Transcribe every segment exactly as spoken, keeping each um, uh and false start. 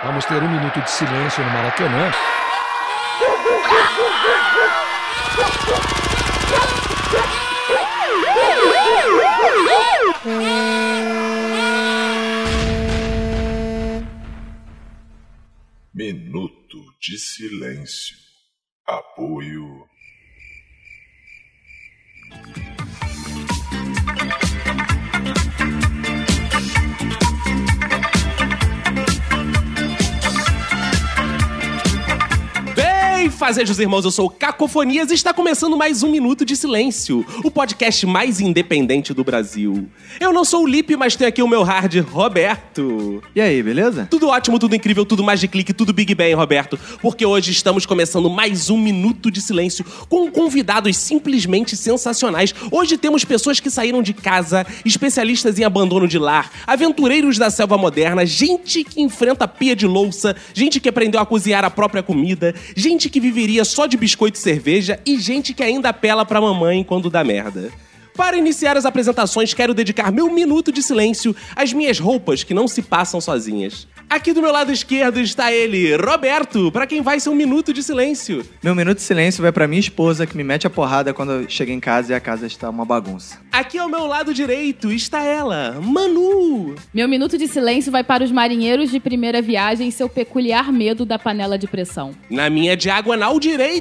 Vamos ter um minuto de silêncio no Maracanã. Minuto de silêncio. Apoio. Bem, fazejos irmãos, eu sou o Cacofonias e está começando mais um Minuto de Silêncio, o podcast mais independente do Brasil. Eu não sou o Lipe, mas tenho aqui o meu hard, Roberto. E aí, beleza? Tudo ótimo, tudo incrível, tudo mais de clique, tudo Big Bang, Roberto. Porque hoje estamos começando mais um Minuto de Silêncio com convidados simplesmente sensacionais. Hoje temos pessoas que saíram de casa, especialistas em abandono de lar, aventureiros da selva moderna, gente que enfrenta pia de louça, gente que aprendeu a cozinhar a própria comida, gente que viveria só de biscoito e cerveja e gente que ainda apela pra mamãe quando dá merda. Para iniciar as apresentações, quero dedicar meu minuto de silêncio às minhas roupas que não se passam sozinhas. Aqui do meu lado esquerdo está ele, Roberto, para quem vai ser um minuto de silêncio. Meu minuto de silêncio vai pra minha esposa, que me mete a porrada quando eu chego em casa e a casa está uma bagunça. Aqui ao meu lado direito está ela, Manu. Meu minuto de silêncio vai para os marinheiros de primeira viagem e seu peculiar medo da panela de pressão. Na minha diagonal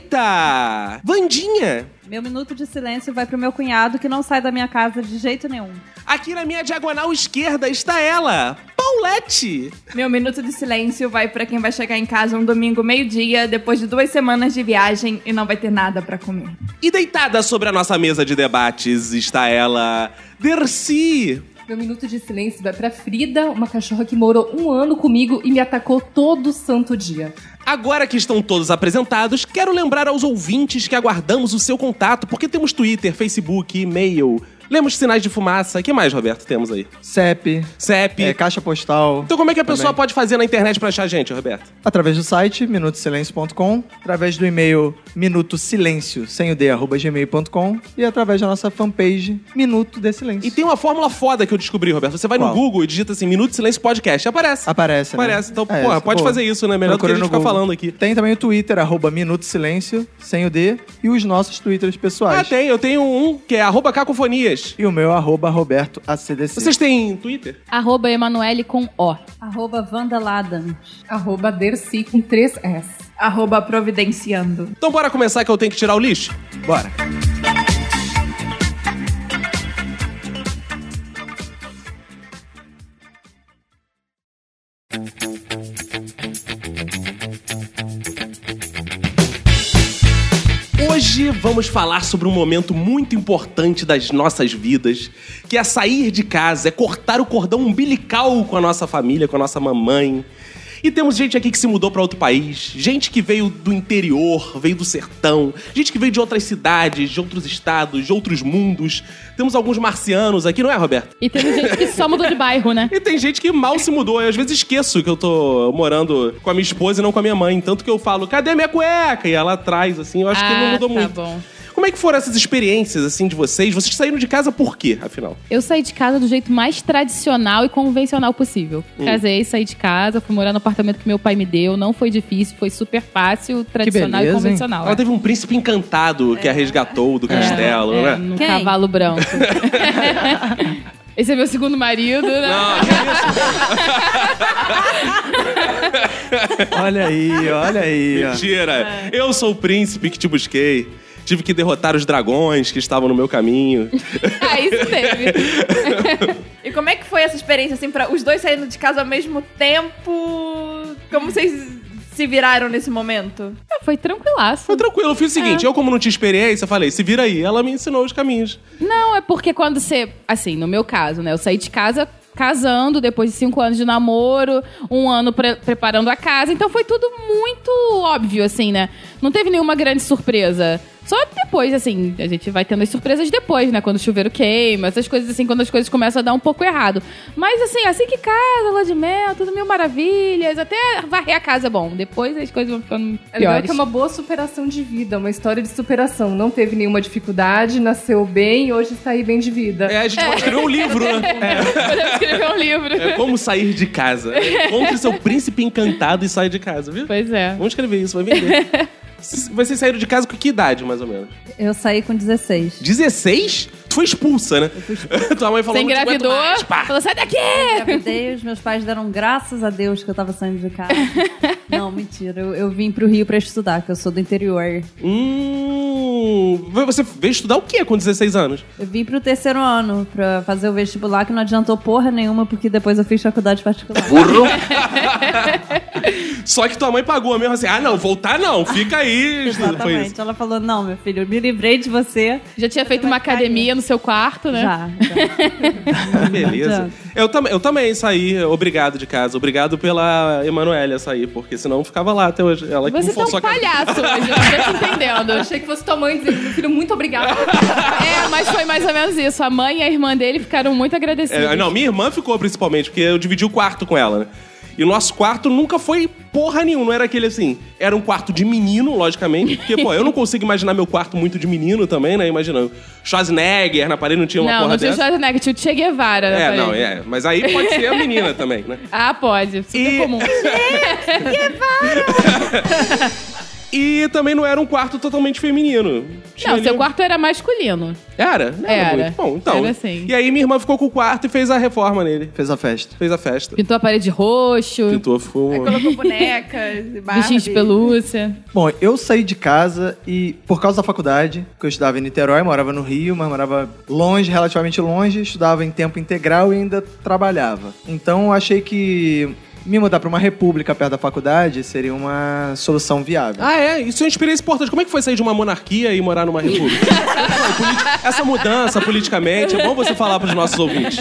direita, Vandinha. Meu minuto de silêncio vai pro meu cunhado, que não sai da minha casa de jeito nenhum. Aqui na minha diagonal esquerda está ela, Paulette. Meu minuto de silêncio vai pra quem vai chegar em casa um domingo meio-dia, depois de duas semanas de viagem e não vai ter nada pra comer. E deitada sobre a nossa mesa de debates está ela, Dercy. Meu minuto de silêncio vai pra Frida, uma cachorra que morou um ano comigo e me atacou todo santo dia. Agora que estão todos apresentados, quero lembrar aos ouvintes que aguardamos o seu contato, porque temos Twitter, Facebook, e-mail, lemos sinais de fumaça. O que mais, Roberto, temos aí? C E P. C E P. É, caixa postal. Então como é que a pessoa também. pode fazer na internet pra achar a gente, Roberto? Através do site, minuto silêncio ponto com, através do e-mail minutosilencio, sem o d, arroba gmail ponto com, e através da nossa fanpage, Minuto de Silêncio. E tem uma fórmula foda que eu descobri, Roberto. Você vai Qual? no Google e digita assim, Minuto de Silêncio Podcast. Aparece. Aparece, né? Aparece. Então, É, porra, isso, pode pô, fazer isso, né? Melhor do que a procura gente no ficar Google. falando aqui. Tem também o Twitter, arroba Minuto Silêncio, sem o D, e os nossos Twitters pessoais. Ah, tem. Eu tenho um que é arroba cacofonias. E o meu, arroba Roberto A C D C. Vocês têm Twitter? Arroba Emanuele com O. Arroba Vandaladam. Arroba Dercy com três S. Arroba Providenciando. Então bora começar que eu tenho que tirar o lixo? Bora. Hoje vamos falar sobre um momento muito importante das nossas vidas, que é sair de casa, é cortar o cordão umbilical com a nossa família, com a nossa mamãe. E temos gente aqui que se mudou pra outro país, gente que veio do interior, veio do sertão, gente que veio de outras cidades, de outros estados, de outros mundos. Temos alguns marcianos aqui, não é, Roberto? E tem gente que só mudou de bairro, né? E tem gente que mal se mudou. Eu às vezes esqueço que eu tô morando com a minha esposa e não com a minha mãe. Tanto que eu falo, cadê minha cueca? E ela traz, assim, eu acho que não mudou tá muito. Bom. Como é que foram essas experiências, assim, de vocês? Vocês saíram de casa por quê, afinal? Eu saí de casa do jeito mais tradicional e convencional possível. Hum. Casei, saí de casa, fui morar no apartamento que meu pai me deu. Não foi difícil, foi super fácil, tradicional beleza, e hein? convencional. Ela teve um príncipe encantado que a resgatou do castelo, é, né? no Quem? cavalo branco. Esse é meu segundo marido, né? Não, que isso? Olha aí, olha aí. ó. Mentira. Eu sou o príncipe que te busquei. Tive que derrotar os dragões que estavam no meu caminho. Ah, isso teve. E como é que foi essa experiência, assim, pra os dois saindo de casa ao mesmo tempo? Como vocês se viraram nesse momento? Ah, foi tranquilaço. Foi tranquilo, eu fiz o seguinte, eu como não tinha experiência, falei, se vira aí. Ela me ensinou os caminhos. Não, é porque quando você... Assim, no meu caso, né? Eu saí de casa casando, depois de cinco anos de namoro, um ano pre- preparando a casa. Então foi tudo muito óbvio, assim, né? Não teve nenhuma grande surpresa. Só depois, assim, a gente vai tendo as surpresas depois, né? Quando o chuveiro queima, essas coisas assim, quando as coisas começam a dar um pouco errado. Mas assim, assim que casa, lua de mel, tudo mil maravilhas, até varrer a casa é bom. Depois as coisas vão ficando É legal piores. que é uma boa superação de vida, uma história de superação. Não teve nenhuma dificuldade, nasceu bem e hoje está aí bem de vida. É, a gente pode escrever um livro, né? Podemos escrever um livro. É como sair de casa. Encontre seu príncipe encantado e sai de casa, viu? Pois é. Vamos escrever isso, vai vender. Vocês saíram de casa com que idade, mais ou menos? Eu saí com dezesseis. dezesseis? Tu foi expulsa, né? Tua mãe falou, Você não te aguento engravidou, mais, pá. falou, sai daqui! Engravidei, os meus pais deram graças a Deus que eu tava saindo de casa. Não, mentira. Eu, eu vim pro Rio pra estudar, que eu sou do interior. Hum... Você veio estudar o quê com dezesseis anos? Eu vim pro terceiro ano pra fazer o vestibular, que não adiantou porra nenhuma, porque depois eu fiz faculdade particular. Burro! Só que tua mãe pagou mesmo assim, ah não, voltar não, fica aí. Foi isso. Exatamente. Ela falou, não, meu filho, eu me livrei de você. Já tinha feito uma academia no seu quarto, né? Já, já. Beleza. Eu, tam eu também saí, obrigado de casa. Obrigado pela Emanuélia sair, porque senão ficava lá até hoje. Ela que me Você tá forçou um a casa. palhaço hoje, eu não tô te entendendo. Eu achei que fosse tua mãe dizendo, meu filho, muito obrigado. É, mas foi mais ou menos isso. A mãe e a irmã dele ficaram muito agradecidas. É, não, minha irmã ficou principalmente, porque eu dividi o quarto com ela, né? E o nosso quarto nunca foi porra nenhuma, não era aquele assim. Era um quarto de menino, logicamente. Porque, pô, eu não consigo imaginar meu quarto muito de menino também, né? Imaginando. Schwarzenegger na parede não tinha uma Não, porra não tinha o dessa. Schwarzenegger, tinha o Che Guevara. na É, parede. não, é. Mas aí pode ser a menina também, né? Ah, pode. Super E- comum. E também não era um quarto totalmente feminino. Tinha Não, ali seu um- quarto era masculino. Era? Era. muito. Bom, então. Era assim. E aí minha irmã ficou com o quarto e fez a reforma nele. Fez a festa. Fez a festa. Pintou a parede roxo, Pintou, ficou... Colocou bonecas e Barbie. bichinho de pelúcia. Bom, eu saí de casa e, por causa da faculdade, que eu estudava em Niterói, morava no Rio, mas morava longe, relativamente longe, estudava em tempo integral e ainda trabalhava. Então, eu achei que me mudar para uma república perto da faculdade seria uma solução viável. Ah, é? Isso é uma experiência importante. Como é que foi sair de uma monarquia e morar numa república? Politi- Essa mudança politicamente, é bom você falar pros nossos ouvintes.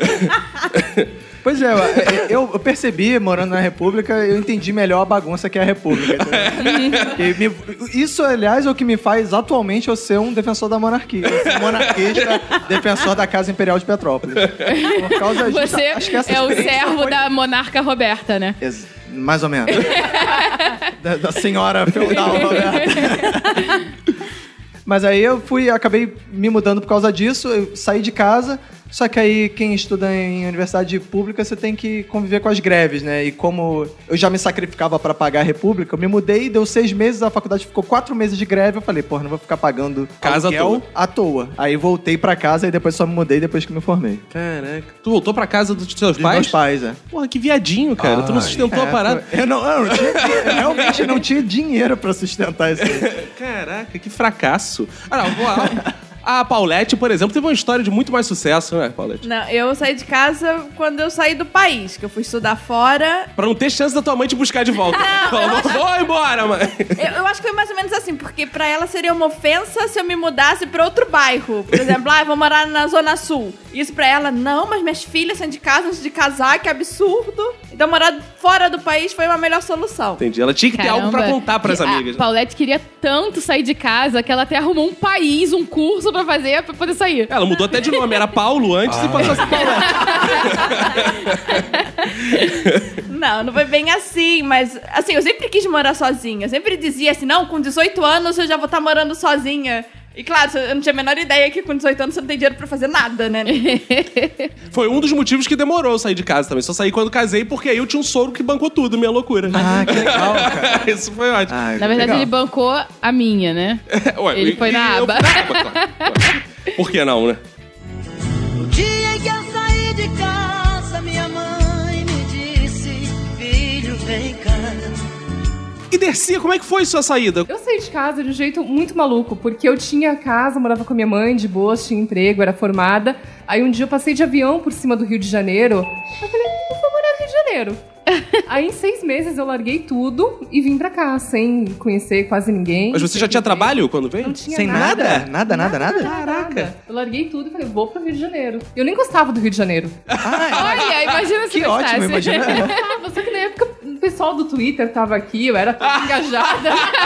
Pois é, eu, eu percebi, morando na República, eu entendi melhor a bagunça que é a República. entendeu? E me- isso, aliás, é o que me faz atualmente eu ser um defensor da monarquia. Eu ser um monarquista, defensor da Casa Imperial de Petrópolis. Por causa disso, Você acho que essa é o experiência servo foi- da monarca Roberta, né? Ex- Mais ou menos. da, da senhora feudal, Roberta. Mas aí eu fui, acabei me mudando por causa disso, eu saí de casa, só que aí quem estuda em universidade pública, você tem que conviver com as greves, né? E como eu já me sacrificava pra pagar a república, eu me mudei, deu seis meses, a faculdade ficou quatro meses de greve, eu falei, porra, não vou ficar pagando Casa à aluguel à toa. Aí voltei pra casa e depois só me mudei depois que me formei. Caraca. Tu voltou pra casa dos teus Dos pais? meus pais, é. Porra, que viadinho, cara. tu não sustentou a É, parada. foi- Eu, não, eu, não tinha, eu realmente não tinha dinheiro pra sustentar isso aí. Caraca, que fracasso. Ah, não, vou- a Paulette, por exemplo, teve uma história de muito mais sucesso, né, Paulette? Não, eu saí de casa quando eu saí do país, que eu fui estudar fora. Pra não ter chance da tua mãe te buscar de volta. Fala, vou, vou embora, mãe. Eu, eu acho que foi mais ou menos assim, porque pra ela seria uma ofensa se eu me mudasse pra outro bairro. Por exemplo, ah, eu vou morar na Zona Sul. Isso pra ela, não, mas minhas filhas saem de casa antes de casar, que absurdo. Então morar fora do país foi uma melhor solução. Entendi. Ela tinha que ter algo pra Caramba. contar pras Que amigas. A Paulette queria tanto sair de casa que ela até arrumou um país, um curso pra fazer pra poder sair. Ela mudou até de nome. Era Paulo antes e passou a ser Paulette. Não, não foi bem assim, mas assim, eu sempre quis morar sozinha. Eu sempre dizia assim, não, com dezoito anos eu já vou estar morando sozinha. E claro, eu não tinha a menor ideia que com dezoito anos você não tem dinheiro pra fazer nada, né? Foi um dos motivos que demorou eu sair de casa também. Só saí quando casei, porque aí eu tinha um sogro que bancou tudo, minha loucura. Ah, que legal, cara. Isso foi ótimo. Ah, Na verdade, legal. ele bancou a minha, né? Ué, Ele e- foi e na eu aba. fui na aba, claro, claro. Por que não, né? No dia em que eu saí de casa, minha mãe me disse: filho, vem cá. E Dercia, como é que foi sua saída? Eu saí de casa de um jeito muito maluco, porque eu tinha casa, morava com a minha mãe, de boas, tinha emprego, era formada. Aí um dia eu passei de avião por cima do Rio de Janeiro. Eu falei, eu vou morar no Rio de Janeiro. Aí em seis meses eu larguei tudo e vim pra cá, sem conhecer quase ninguém. Mas você sem já tinha ninguém. trabalho quando veio? Não tinha Sem nada? Nada, nada, nada? Caraca. Eu larguei tudo e falei, vou pro Rio de Janeiro. Eu nem gostava do Rio de Janeiro. Olha, imagina se Que gostasse. ótimo, imagina. Ah, só que na época o pessoal do Twitter tava aqui, eu era toda engajada.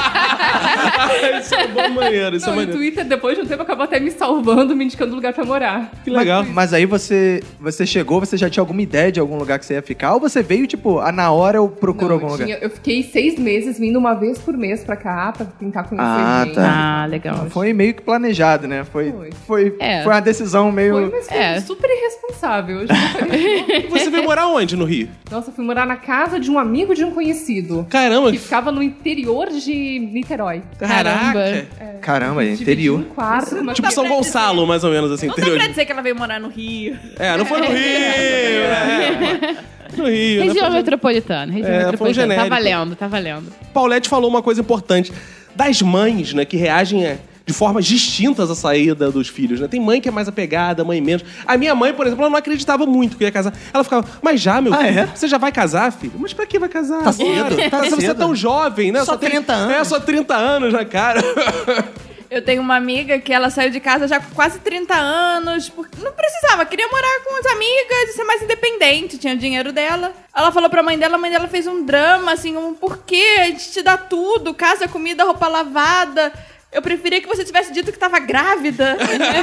Isso é uma boa maneira, isso Não, é e o maneiro. Twitter, depois de um tempo, acabou até me salvando, me indicando lugar pra morar. Que legal. Mas, mas aí você, você chegou, você já tinha alguma ideia de algum lugar que você ia ficar? Ou você veio, tipo, ah, na hora eu procuro Não, algum eu lugar? tinha- Eu fiquei seis meses vindo uma vez por mês pra cá, pra tentar conhecer Ah, gente. tá. Ah, legal. Foi meio que planejado, né? Foi, Foi. foi, É. foi uma decisão meio... Foi, mas foi É. super irresponsável. Hoje eu não faria isso. Você veio morar onde no Rio? Nossa, eu fui morar na casa de um amigo de um conhecido. Caramba, Que ficava no interior de Niterói. Caramba. caraca. Caramba, Dividi interior. um quarto com uma Tipo São Gonçalo, mais ou menos, assim, Não dá interior. pra dizer que ela veio morar no Rio. É, não foi no Rio. é. No Rio, né? Região Foi- metropolitana, região É, foi um metropolitana. Tá genérico. valendo, tá valendo. Paulette falou uma coisa importante. Das mães, né, que reagem é, de formas distintas à saída dos filhos, né? Tem mãe que é mais apegada, mãe menos. A minha mãe, por exemplo, ela não acreditava muito que eu ia casar. Ela ficava, mas já, meu Ah, filho, é? você já vai casar, filho? Mas pra que vai casar? Tá agora? cedo, tá Você é cedo. tão jovem, né? Só tem- trinta anos. É, só trinta anos na cara. Eu tenho uma amiga que ela saiu de casa já com quase trinta anos, porque não precisava, queria morar com as amigas e ser mais independente, tinha o dinheiro dela. Ela falou pra mãe dela, a mãe dela fez um drama, assim, um porquê, a gente te dá tudo, casa, comida, roupa lavada. Eu preferia que você tivesse dito que tava grávida.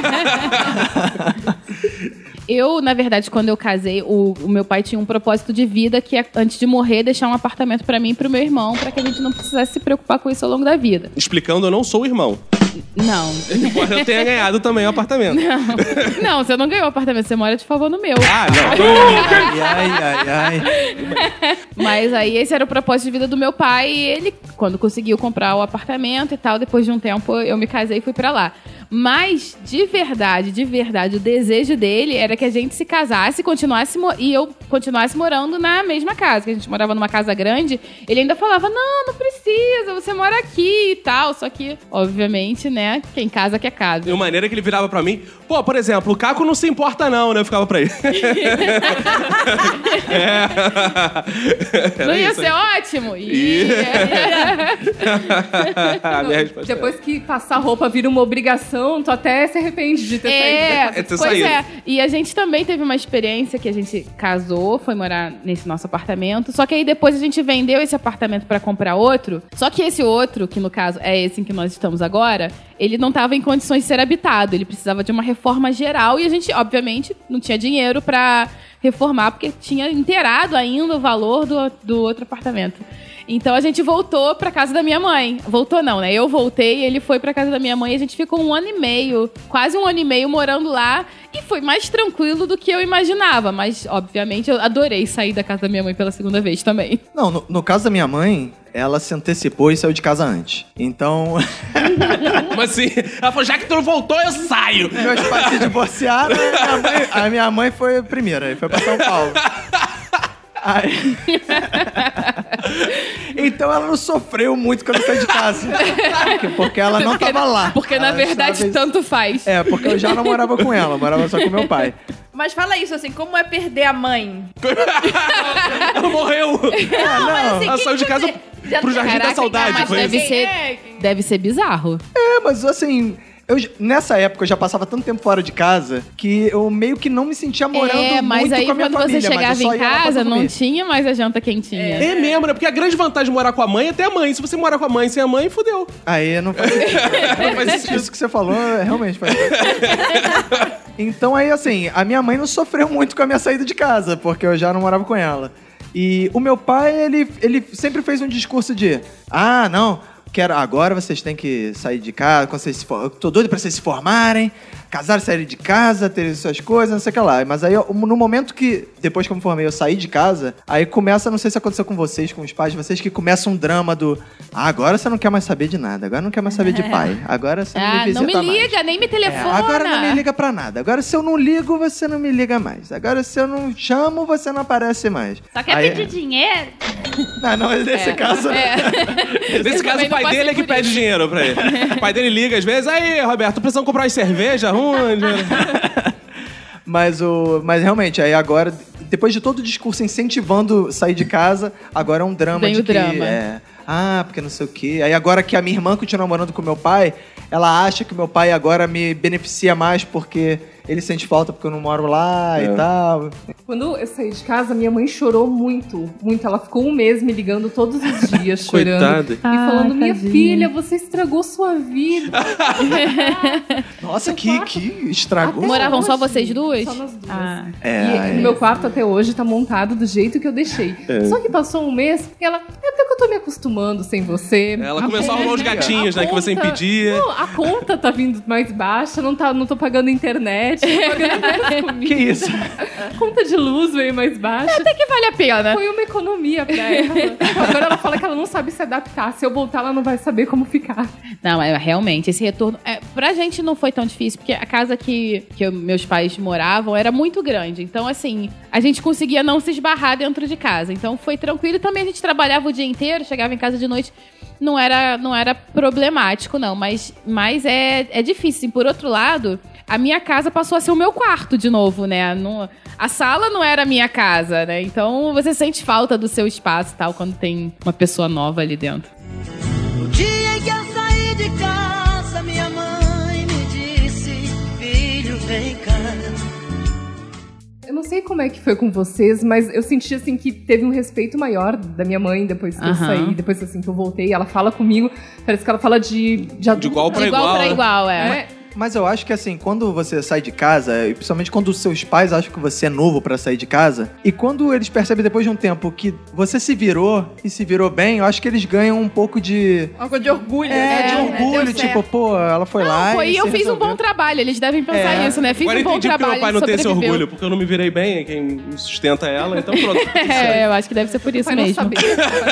Eu, na verdade, quando eu casei, o, o meu pai tinha um propósito de vida que é, antes de morrer, deixar um apartamento pra mim e pro meu irmão, pra que a gente não precisasse se preocupar com isso ao longo da vida. Explicando, eu não sou o irmão. Não. Embora eu tenha ganhado também o apartamento. Não, não, você não ganhou o apartamento, você mora de favor no meu. Ah, não. Ai, ai, ai, ai. Mas aí esse era o propósito de vida do meu pai e ele, quando conseguiu comprar o apartamento e tal, depois de um tempo eu me casei e fui pra lá. Mas, de verdade, de verdade, o desejo dele era que a gente se casasse continuasse mo- e eu continuasse morando na mesma casa, que a gente morava numa casa grande. Ele ainda falava, não, não precisa, você mora aqui e tal. Só que, obviamente, né, quem casa quer casa. E uma maneira que ele virava pra mim, pô, por exemplo, o Caco não se importa não, né? Eu ficava pra ele. é. Não ia isso ser aí. ótimo? Ih. Ia. A minha resposta Depois é. que passar roupa vira uma obrigação, tu até se arrepende de ter É, saído. É ter pois saído. é. E a gente também teve uma experiência que a gente casou, foi morar nesse nosso apartamento. Só que aí depois a gente vendeu esse apartamento pra comprar outro. Só que esse outro, que no caso é esse em que nós estamos agora, ele não estava em condições de ser habitado. Ele precisava de uma reforma geral e a gente, obviamente, não tinha dinheiro pra reformar porque tinha inteirado ainda o valor do, do outro apartamento. Então a gente voltou pra casa da minha mãe. Voltou não, né? Eu voltei, ele foi pra casa da minha mãe e a gente ficou um ano e meio, quase um ano e meio morando lá. E foi mais tranquilo do que eu imaginava. Mas, obviamente, eu adorei sair da casa da minha mãe pela segunda vez também. Não, no, no caso da minha mãe, ela se antecipou e saiu de casa antes. Então, Como assim? Ela falou, já que tu não voltou, eu saio. meus pais se divorciaram, a minha mãe, a minha mãe foi a primeira, aí foi pra São Paulo. Aí... Então ela não sofreu muito quando eu saí de casa. Porque ela não tava lá. Porque, na Ela verdade, estava- tanto faz. É, porque eu já não morava com ela, eu morava só com meu pai. Mas fala isso, assim, como é perder a mãe? Ela morreu. Ah, não. assim, Ela que saiu de que casa você- já- pro Jardim da Caraca, Saudade. mas Foi deve isso. ser, É, deve ser bizarro. É, mas assim, eu, j- nessa época eu já passava tanto tempo fora de casa que eu meio que não me sentia morando É, mas muito aí com a minha quando família. você mas eu chegava só em ia lá pra casa, não comer. tinha mais a janta quentinha. É mesmo, né? Porque a grande vantagem de morar com a mãe é ter a mãe. Se você morar com a mãe sem a mãe, fudeu. Aí não faz sentido. Não faz sentido. Isso que você falou é, realmente faz sentido. Então aí, assim, a minha mãe não sofreu muito com a minha saída de casa, porque eu já não morava com ela. E o meu pai, ele, ele sempre fez um discurso de ah, não, quero, agora vocês têm que sair de casa, quando vocês se for, eu tô doido pra vocês se formarem, casar, sair de casa, terem suas coisas, não sei o que lá. Mas aí, eu- no momento que, depois que eu me formei, eu saí de casa, aí começa, não sei se aconteceu com vocês, com os pais de vocês, que começa um drama do ah, agora você não quer mais saber de nada, agora não quer mais saber de pai, agora você não me Ah, visita não me mais. liga, nem me É, telefona. agora não me liga pra nada. Agora, se eu não ligo, você não me liga mais. Agora, se eu não chamo, você não aparece mais. Só quer Aí- pedir dinheiro? Não, não, nesse É. caso... É. Nesse Eu caso, também o pai não dele é passei que por pede isso. dinheiro pra ele. O pai dele liga às vezes, aí, Roberto, precisamos comprar umas cerveja? Onde? Mas, o, mas realmente, aí agora, depois de todo o discurso incentivando sair de casa, agora é um drama Vem de o que... drama. É, ah, porque não sei o quê. Aí agora que a minha irmã continua morando com meu pai, ela acha que o meu pai agora me beneficia mais porque ele sente falta porque eu não moro lá é. e tal. Quando eu saí de casa, minha mãe chorou muito, muito. Ela ficou um mês me ligando todos os dias, chorando. Coitada. E falando, ah, minha tadinha. filha, você estragou sua vida. Nossa, que, que estragou. Moravam só vocês duas? Só nós duas. Ah. É, e é. o meu quarto até hoje tá montado do jeito que eu deixei. É. Só que passou um mês e ela, é porque eu tô me acostumando sem você. Ela começou a arrumar os gatinhos, né, que você impedia. Não, a conta tá vindo mais baixa, não, tá, não tô pagando internet, tô pagando menos comida. Que isso? Conta de luz veio mais baixa. Até que vale a pena. Foi uma economia pra ela. Agora ela fala que ela não sabe se adaptar. Se eu voltar, ela não vai saber como ficar. Não, é realmente, esse retorno... É, pra gente não foi tão difícil, porque a casa que, que eu, meus pais moravam era muito grande. Então, assim, a gente conseguia não se esbarrar dentro de casa. Então, foi tranquilo. E também a gente trabalhava o dia inteiro, chegava em casa de noite. Não era, não era problemático, não. Mas, mas é, é difícil. Assim, por outro lado, a minha casa passou a ser o meu quarto de novo, né? Não, a sala não era a minha casa, né? Então, você sente falta do seu espaço e tal, quando tem uma pessoa nova ali dentro. No dia em que eu saí de casa, minha mãe me disse: filho, vem cá. Eu não sei como é que foi com vocês, mas eu senti, assim, que teve um respeito maior da minha mãe depois que Aham. eu saí, depois, assim, que eu voltei. Ela fala comigo, parece que ela fala de... De, De igual pra De igual igual. pra né? igual, é. É, Mas eu acho que assim, quando você sai de casa, e principalmente quando os seus pais acham que você é novo pra sair de casa, e quando eles percebem depois de um tempo que você se virou e se virou bem, eu acho que eles ganham um pouco de... Uma coisa de orgulho. É, né? de Deu orgulho, certo. tipo, pô, ela foi Não, lá foi, e eu se fiz um resolveu. bom trabalho. Eles devem pensar É. isso, né? Fiz Agora um bom entendi porque trabalho. meu pai não tem esse sobreviveu. orgulho, porque eu não me virei bem, é quem me sustenta ela, então pronto. É, eu acho que deve ser por isso vai não mesmo. saber.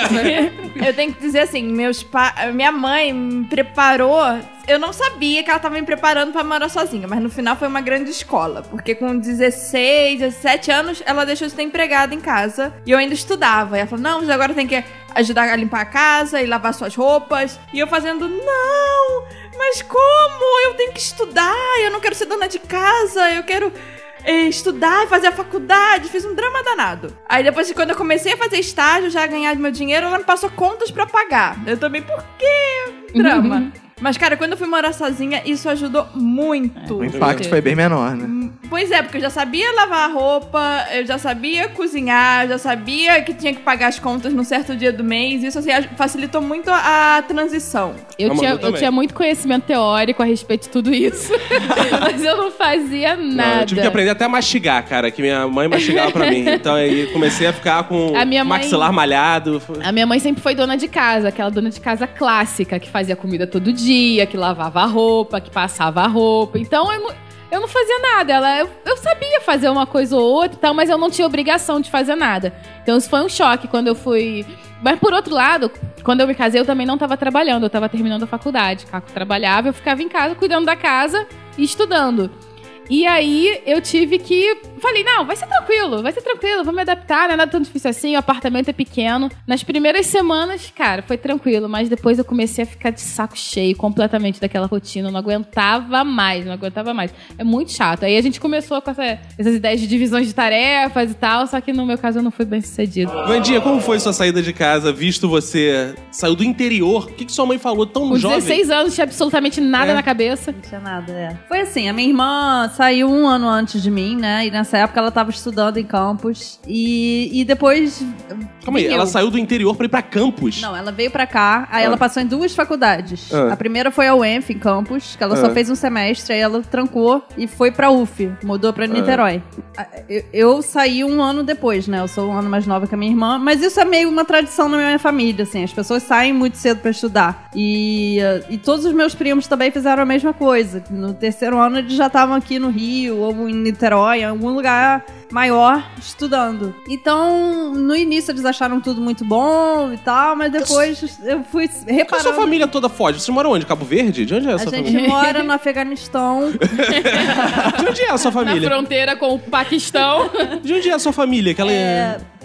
Eu tenho que dizer assim, meus pa... minha mãe me preparou... Eu não sabia que ela tava me preparando pra morar sozinha, mas no final foi uma grande escola. Porque com dezesseis, dezessete anos, ela deixou de ter empregada em casa. E eu ainda estudava. E ela falou, não, mas agora tem que ajudar a limpar a casa e lavar suas roupas. E eu fazendo, não, mas como? Eu tenho que estudar, eu não quero ser dona de casa, eu quero... estudar e fazer a faculdade, fiz um drama danado. Aí depois, quando eu comecei a fazer estágio, já a ganhar meu dinheiro, ela me passou contas pra pagar. Eu também, por quê? Drama. Uhum. Mas, cara, quando eu fui morar sozinha, isso ajudou muito. O impacto foi bem menor, né? Pois é, porque eu já sabia lavar a roupa, eu já sabia cozinhar, eu já sabia que tinha que pagar as contas num certo dia do mês. Isso, assim, facilitou muito a transição. Eu, Não, tinha, mas eu eu também. tinha muito conhecimento teórico a respeito de tudo isso. Mas eu não fazia Não, nada. eu tive que aprender até a mastigar, cara, que minha mãe mastigava pra mim. Então aí comecei a ficar com A minha mãe- maxilar malhado. A minha mãe sempre foi dona de casa, aquela dona de casa clássica, que fazia comida todo dia, que lavava a roupa, que passava a roupa. Então eu não, eu não fazia nada. Ela, eu, eu sabia fazer uma coisa ou outra e tal, mas eu não tinha obrigação de fazer nada. Então isso foi um choque quando eu fui... Mas por outro lado, quando eu me casei, eu também não estava trabalhando, eu estava terminando a faculdade. Caco trabalhava, eu ficava em casa cuidando da casa e estudando. E aí eu tive que... Falei, não, vai ser tranquilo, vai ser tranquilo, vou me adaptar, não é nada tão difícil assim, o apartamento é pequeno. Nas primeiras semanas, cara, foi tranquilo, mas depois eu comecei a ficar de saco cheio completamente daquela rotina, eu não aguentava mais, não aguentava mais. É muito chato. Aí a gente começou com essa, essas ideias de divisões de tarefas e tal, só que no meu caso eu não fui bem sucedido. Vandinha, como foi sua saída de casa, visto você saiu do interior? O que, que sua mãe falou tão Com jovem? dezesseis anos, tinha absolutamente nada É. na cabeça. Não tinha nada, é. Foi assim, a minha irmã saiu um ano antes de mim, né? E nessa época ela tava estudando em campus. E, e depois... Calma aí, vim ela eu. saiu do interior pra ir pra campus. Não, ela veio pra cá, aí Ah. ela passou em duas faculdades. Ah. A primeira foi a U E N F, em campus, que ela Ah. só fez um semestre, aí ela trancou e foi pra U F, mudou pra Niterói. A- Eu, eu saí um ano depois, né? Eu sou um ano mais nova que a minha irmã, mas isso é meio uma tradição na minha família, assim. As pessoas saem muito cedo pra estudar. E, eh, e todos os meus primos também fizeram a mesma coisa. No terceiro ano eles já estavam aqui no Rio, ou em Niterói, em algum lugar maior, estudando. Então, no início eles acharam tudo muito bom e tal, mas depois eu fui Por que a reparando... sua família toda foge? Vocês moram onde? Cabo Verde? De onde é a A sua gente família? mora no Afeganistão. De onde é a sua Na família? fronteira com o Paquistão. De onde é a sua família? Que ela é... É,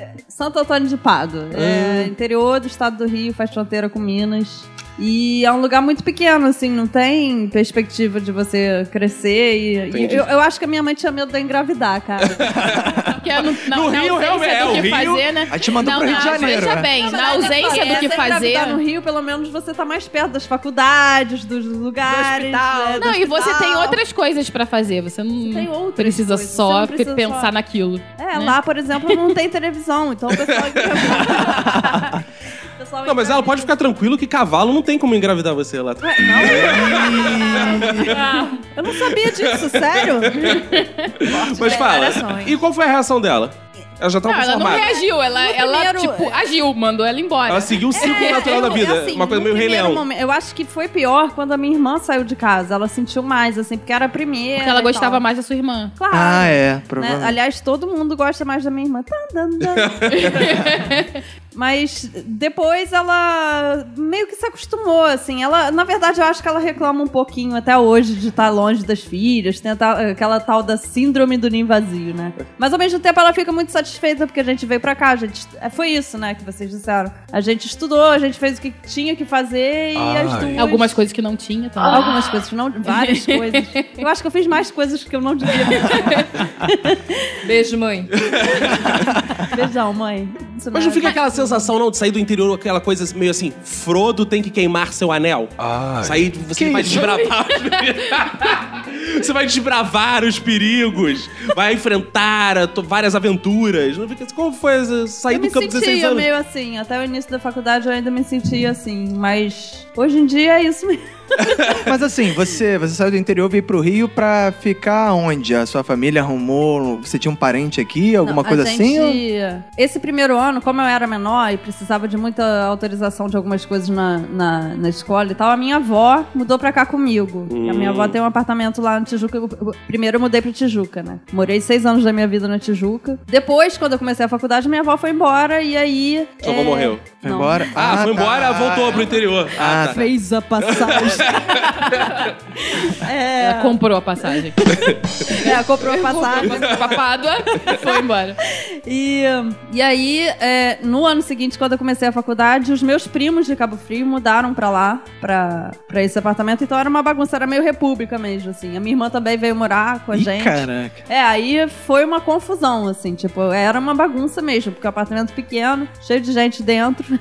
Santo Antônio de Pádua. É interior do estado do Rio, faz fronteira com Minas. E é um lugar muito pequeno, assim, não tem perspectiva de você crescer. E, e eu, eu acho que a minha mãe tinha medo de eu engravidar, cara. Porque não, não, No na Rio, ausência é, do o que Rio- fazer, né? Aí te mandou não, pro Rio de não, Janeiro, Veja né? bem, Não, na mas ausência olha só, do que você fazer... engravidar no Rio, pelo menos você tá mais perto das faculdades, dos lugares. Do hospital. né, do Não, e você hospital. tem outras coisas pra fazer. Você não tem outras precisa coisas, só você não precisa pensar só- naquilo. É, né? lá, por exemplo, não tem televisão, então o pessoal engravida. O pessoal Não, mas ela pode ficar tranquilo que cavalo não tem como engravidar você lá. Eu não sabia disso, sério? Mas fala, declarações. e qual foi a reação dela? Ela já tava Não, ela não formada. reagiu, ela, No ela primeiro- tipo, agiu, mandou ela embora. Ela seguiu o ciclo É, natural eu- da vida. assim, uma coisa no meio Rei primeiro Leão. momento- eu acho que foi pior quando a minha irmã saiu de casa. Ela sentiu mais, assim, porque era a primeira. Porque ela e gostava tal. mais da sua irmã. Claro. Ah, é, Né? provavelmente. Aliás, todo mundo gosta mais da minha irmã. Tá, tá, tá. Mas depois ela meio que se acostumou, assim. Ela, na verdade, eu acho que ela reclama um pouquinho até hoje de estar longe das filhas. Tem a tal- aquela tal da síndrome do ninho vazio, né? Mas ao mesmo tempo ela fica muito satisfeita porque a gente veio pra cá. A gente, é, foi isso, né, que vocês disseram. A gente estudou, a gente fez o que tinha que fazer e Ai. as duas... Algumas coisas que não tinha também. Algumas coisas, não, várias coisas. Eu acho que eu fiz mais coisas que eu não devia. Beijo, mãe. Beijão, mãe. Isso Mas é- não fica aquela sensação, não, de sair do interior, aquela coisa meio assim, Frodo tem que queimar seu anel. Ai. Sair, você vai desbravar os perigos. Você vai desbravar os perigos, vai enfrentar a- to- várias aventuras. Não fica- Como foi essa- sair Eu do me campo de dezesseis sentia anos? meio assim, até o início da faculdade eu ainda me sentia assim, mas hoje em dia é isso mesmo. Mas assim, você, você saiu do interior e veio pro Rio pra ficar onde? A sua família arrumou? Você tinha um parente aqui? Alguma Não, coisa a assim? ou- gente- Esse primeiro ano, como eu era menor e precisava de muita autorização de algumas coisas na, na, na escola e tal, a minha avó mudou pra cá comigo. A minha avó tem um apartamento lá no Tijuca. Eu- eu- Primeiro eu mudei pra Tijuca, né? Morei seis anos da minha vida na Tijuca. Depois, quando eu comecei a faculdade, minha avó foi embora e aí... Sua avó morreu? Foi Não. embora? Ah, foi tá. embora, voltou pro interior. Ah, tá. Fez a passagem. é, Ela comprou a passagem. é, comprou a passagem. Pra Pádua, foi embora. E, e aí, é, no ano seguinte, quando eu comecei a faculdade, os meus primos de Cabo Frio mudaram pra lá, pra, pra esse apartamento. Então era uma bagunça, era meio república mesmo, assim. A minha irmã também veio morar com a Ih, gente. caraca. É, aí foi uma confusão, assim, tipo, era uma bagunça mesmo, porque o apartamento pequeno, cheio de gente dentro.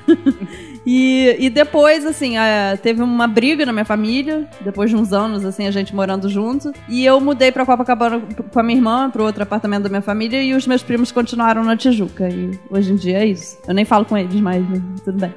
e, e depois, assim, é, teve uma briga na minha família, depois de uns anos, assim, a gente morando junto. E eu mudei pra Copacabana com a minha irmã, pro outro apartamento da minha família, e os meus primos continuaram na Tijuca. E hoje em dia é isso. Eu nem falo com eles mais, mas tudo bem.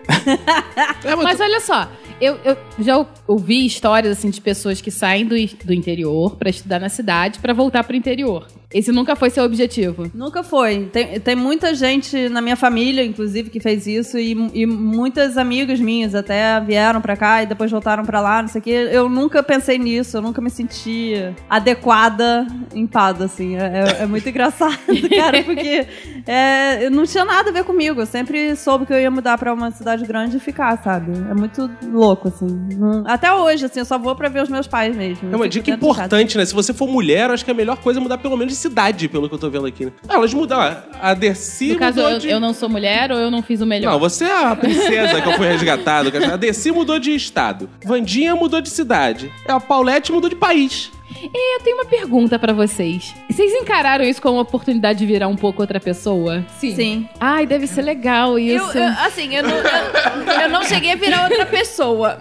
Mas olha só, eu, eu já ouvi histórias assim de pessoas que saem do, do interior pra estudar na cidade pra voltar pro interior. Esse nunca foi seu objetivo. Nunca foi. Tem, tem muita gente na minha família, inclusive, que fez isso. E, e muitas amigas minhas até vieram pra cá e depois voltaram pra lá, não sei o quê. Eu nunca pensei nisso. Eu nunca me senti adequada em Pádua, assim. É, é- é muito engraçado, cara, porque é, não tinha nada a ver comigo. Eu sempre soube que eu ia mudar pra uma cidade grande e ficar, sabe? É muito louco, assim. Não- até hoje, assim, eu só vou pra ver os meus pais mesmo. É uma Eu dica fico dentro de casa. importante, né? Se você for mulher, eu acho que a melhor coisa é mudar pelo menos de cidade, pelo que eu tô vendo aqui, né? Ah, elas mudaram. A Dercy No caso, mudou eu, de... eu não sou mulher ou eu não fiz o melhor? Não, você é a princesa que eu fui resgatado. A Dercy mudou de estado. Vandinha mudou de cidade. A Paulette mudou de país. E eu tenho uma pergunta pra vocês. Vocês encararam isso como uma oportunidade de virar um pouco outra pessoa? Sim. Sim. Ai, deve ser legal Eu, isso. eu- assim, eu não, eu, eu não cheguei a virar outra pessoa,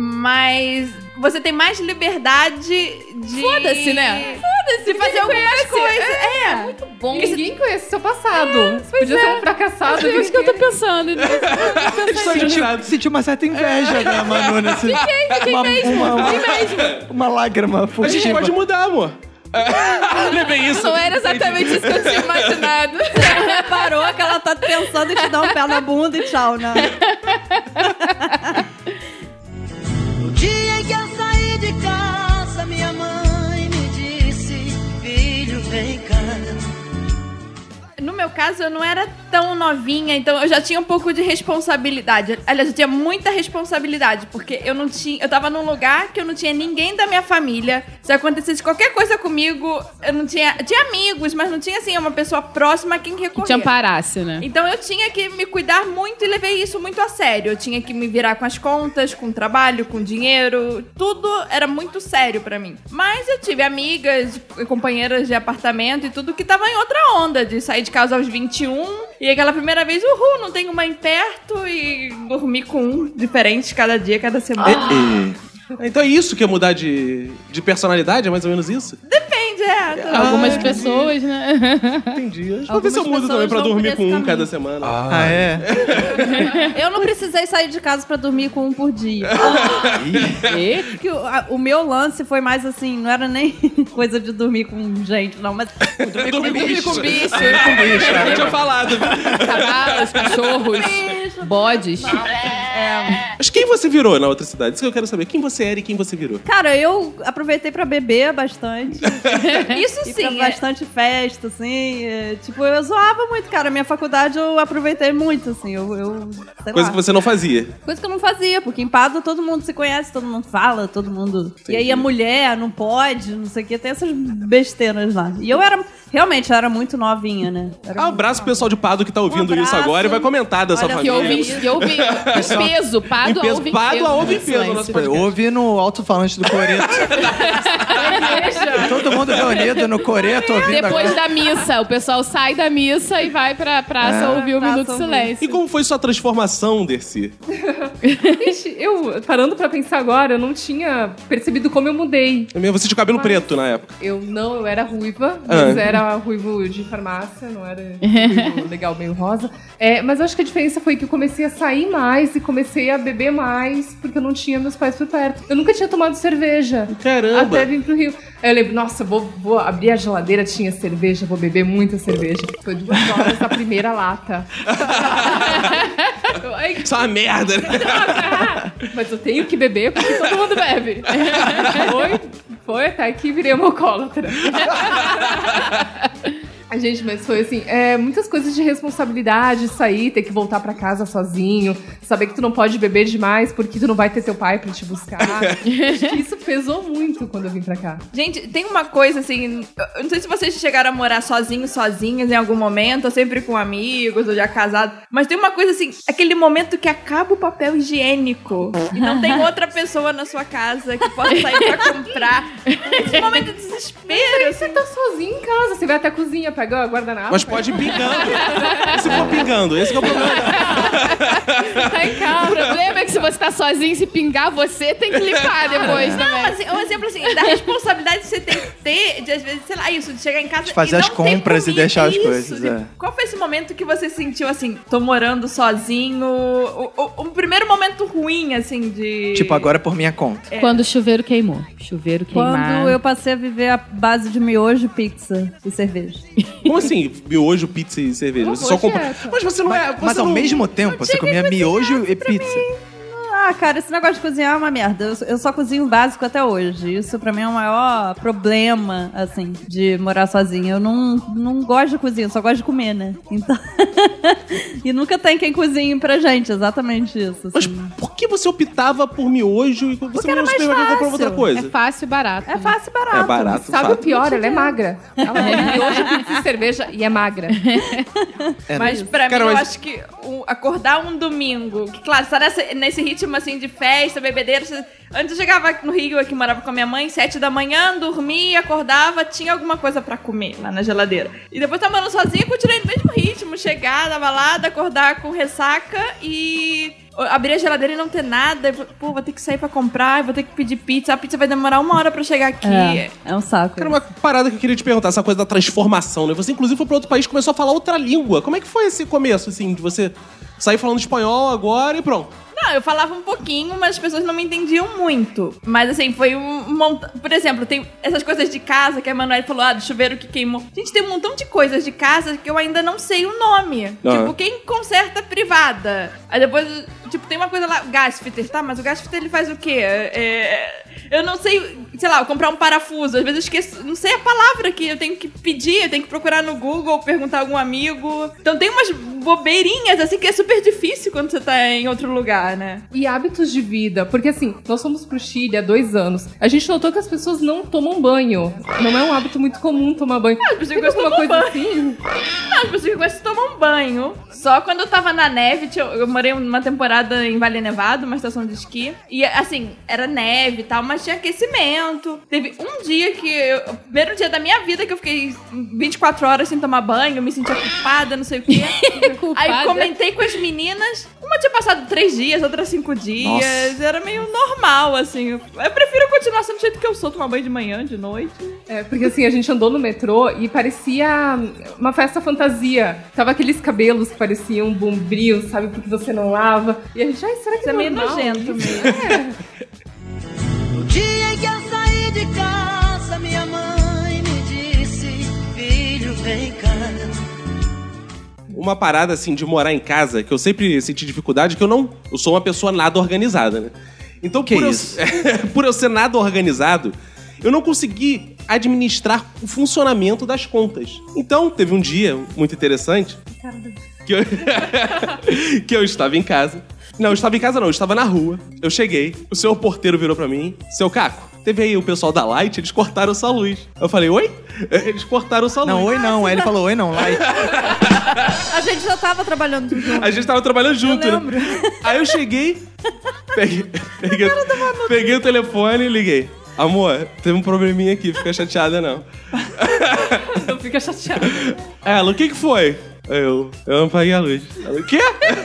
mas você tem mais liberdade de... Foda-se, né? Foda-se, de fazer algumas coisas. É. Muito bom. Ninguém conhece seu passado. Você podia ser um fracassado. É isso que eu tô pensando. Senti, senti uma certa inveja da Manu nesse... Fiquei uma, mesmo, uma, uma, fiquei mesmo. uma lágrima A gente furtiva. pode mudar, amor. Não é bem isso. Não era exatamente isso que eu tinha imaginado. Reparou que ela tá pensando em te dar um pé na bunda e tchau, né? No dia em que eu saí de casa, minha mãe me disse: filho, vem cá. No meu caso, eu não era tão novinha, então eu já tinha um pouco de responsabilidade. Aliás, eu tinha muita responsabilidade, porque eu não tinha. Eu tava num lugar que eu não tinha ninguém da minha família. Se acontecesse qualquer coisa comigo, eu não tinha. Eu tinha amigos, mas não tinha assim uma pessoa próxima a quem recorrer. Que te amparasse, né? Então eu tinha que me cuidar muito e levei isso muito a sério. Eu tinha que me virar com as contas, com o trabalho, com o dinheiro. Tudo era muito sério pra mim. Mas eu tive amigas e companheiras de apartamento e tudo que tava em outra onda, de sair de casa aos vinte e um e aquela primeira vez, uhul, não tenho mãe perto e dormir com um diferente cada dia, cada semana. Então é isso que é mudar de, de personalidade? É mais ou menos isso? Depende, é. Tô... Algumas Ah, pessoas, né? Entendi. Vou ver se eu mudo também pra dormir com um caminho. cada semana. Ah, é? Eu não precisei sair de casa pra dormir com um por dia. E? Porque o, a- o meu lance foi mais assim, não era nem coisa de dormir com gente, não, mas Dormir com Dormir bicho. com bicho, Eu tinha falado. cavalos, cachorros, bodes. Mas quem você virou na outra cidade? Isso que eu quero saber. Quem você era e quem você virou? cara, eu aproveitei pra beber bastante. Isso E sim. pra é- bastante festa, assim. é, tipo, eu zoava muito, cara. Minha faculdade eu aproveitei muito, assim. Eu, eu sei Coisa lá. que você não fazia. Coisa que eu não fazia, porque em Pádua todo mundo se conhece, todo mundo fala, todo mundo... E aí a mulher não pode, não sei o que, tem essas besteiras lá. E eu era, realmente, eu era muito novinha, né? Era Ah, muito abraço pro nova. pessoal de Pado que tá ouvindo Um isso abraço. agora e vai comentar dessa Olha, Que família. ouve, que ouve em peso. Pádua Em peso. ouve em Pádua peso. ouve em peso no nosso podcast. Ouvi no alto-falante do Coreto. Todo mundo reunido no Coreto ouvindo Depois agora. da missa, o pessoal sai da missa e vai pra praça ouvir o Praça Minuto de ouvir. Silêncio. E como foi sua transformação, Dercy? Gente, eu, parando pra pensar agora, eu não tinha percebido como eu mudei. É mesmo, você tinha cabelo preto na época. Eu não, eu era ruiva, Ah. mas era ruivo de farmácia, não era ruivo legal, meio rosa. É, mas eu acho que a diferença foi que eu comecei a sair mais e comecei a beber mais, porque eu não tinha meus pais por perto. Eu nunca tinha tomado cerveja. Caramba. Até vir pro Rio. Aí eu lembro, nossa, vou, vou abrir a geladeira, tinha cerveja, vou beber muita cerveja. Foi duas horas a primeira lata. Ai, Isso é uma merda, né? mas eu tenho que beber porque todo mundo bebe. Foi, foi até que virei uma alcoólatra. A gente, mas foi assim, é, muitas coisas de responsabilidade, sair, ter que voltar pra casa sozinho, saber que tu não pode beber demais porque tu não vai ter teu pai pra te buscar. Acho que isso pesou muito quando eu vim pra cá. Gente, tem uma coisa assim, eu não sei se vocês chegaram a morar sozinhos, sozinhas em algum momento, ou sempre com amigos, ou já casados, mas tem uma coisa assim, aquele momento que acaba o papel higiênico e não tem outra pessoa na sua casa que possa sair pra comprar. Esse momento de desespero, Você assim. tá sozinho em casa, você vai até a cozinha, pega a guardanapo. Mas pode ir pingando. E se for pingando, esse que é o problema. Tá em casa. O problema é que se você tá sozinho, se pingar, você tem que limpar depois Não, também. mas assim, um exemplo assim, da responsabilidade que você tem que ter, de às vezes, sei lá, isso, de chegar em casa De fazer e não as compras ter e deixar as isso, coisas, de- é. Qual foi esse momento que você sentiu assim, tô morando sozinho? O, o- um primeiro momento ruim, assim, de... Tipo, agora por minha conta. Quando o chuveiro queimou. Chuveiro queimar. Quando eu passei a viver a base de miojo, pizza e cerveja. Como assim? Miojo, pizza e cerveja? Uma Você só boa compra. dieta. Mas você não é. Você Mas ao não... mesmo tempo, você comia miojo e pizza. Ah, cara, esse negócio de cozinhar é uma merda. Eu, eu só cozinho básico até hoje. Isso pra mim é o maior problema, assim, de morar sozinha. Eu não, não gosto de cozinhar, eu só gosto de comer, né? Então... e nunca tem quem cozinhe pra gente, exatamente isso. Mas assim. por que você optava por miojo e você era não mais supermercado comprou fácil. outra coisa? É fácil e barato. É fácil e barato. É barato. Sabe fato. o pior? Ela é magra. Ela come miojo, pizza e cerveja e é magra. Mas pra Cara, mim, eu mas- acho que um- acordar um domingo, que claro, você tá nessa- nesse ritmo assim de festa, bebedeira. você- Antes eu chegava no Rio, aqui morava com a minha mãe, sete da manhã, dormia, acordava, tinha alguma coisa pra comer lá na geladeira. E depois tava morando sozinha, continuei no mesmo ritmo, chegar da balada, acordar com ressaca e abrir a geladeira e não ter nada. E, pô, vou ter que sair pra comprar, vou ter que pedir pizza. A pizza vai demorar uma hora pra chegar aqui. É, é um saco. Cara, uma parada que eu queria te perguntar, essa coisa da transformação, né? Você, inclusive, foi pra outro país e começou a falar outra língua. Como é que foi esse começo, assim, de você sair falando espanhol agora e pronto? Não, eu falava um pouquinho, mas as pessoas não me entendiam muito. Mas assim, foi um montão. Por exemplo, tem essas coisas de casa que a Emanuele falou, ah, do chuveiro que queimou. Gente, tem um montão de coisas de casa que eu ainda não sei o nome. Ah. Tipo, quem conserta privada? Aí depois, tipo, tem uma coisa lá, gasfitter, tá? Mas o gasfitter ele faz o quê? É, eu não sei sei lá, comprar um parafuso. Às vezes eu esqueço, não sei a palavra que eu tenho que pedir, eu tenho que procurar no Google, perguntar a algum amigo. Então tem umas bobeirinhas, assim, que é super difícil quando você tá em outro lugar, né? E hábitos de vida, porque assim, nós fomos pro Chile há dois anos. A gente notou que as pessoas não tomam banho. Não é um hábito muito comum tomar banho. Ah, as pessoas Tem gostam alguma de tomar coisa banho. assim? Não, as pessoas gostam de tomar um banho. Só quando eu tava na neve, eu, eu morei uma temporada em Vale Nevado, uma estação de esqui. E, assim, era neve e tal, mas tinha aquecimento. Teve um dia que... Eu, o primeiro dia da minha vida que eu fiquei vinte e quatro horas sem tomar banho, me sentia culpada, não sei o quê. Aí comentei com as meninas. Uma tinha passado três dias, outra cinco dias. Nossa. Era meio normal, assim. Eu prefiro continuar sendo do jeito que eu sou, tomar banho de manhã, de noite. É, porque assim, a gente andou no metrô e parecia uma festa fantasia. Tava aqueles cabelos que pareciam bombril, sabe? Porque você não lava. E a gente, ai, será que Isso é é meio normal? nojento mesmo. É. No dia em que eu saí de casa, minha mãe me disse: filho, vem cá. Uma parada, assim, de morar em casa, que eu sempre senti dificuldade, que eu não... Eu sou uma pessoa nada organizada, né? Então, Que por, eu, isso? por eu ser nada organizado, eu não consegui administrar o funcionamento das contas. Então, teve um dia muito interessante que eu, que eu estava em casa. Não, eu estava em casa não, eu estava na rua. Eu cheguei, o senhor porteiro virou pra mim: seu Caco, teve aí o pessoal da Light, eles cortaram sua luz. Eu falei: oi? Eles cortaram sua luz. Não, oi não. Aí ele falou, oi não, Light. A gente já tava trabalhando junto. A gente tava trabalhando junto, Eu né? Aí eu cheguei, peguei, peguei, peguei o telefone e liguei. Amor, teve um probleminha aqui, fica chateada não. Não fica chateada. Ela, o que que foi? Eu, eu não paguei a luz. Ela, o quê?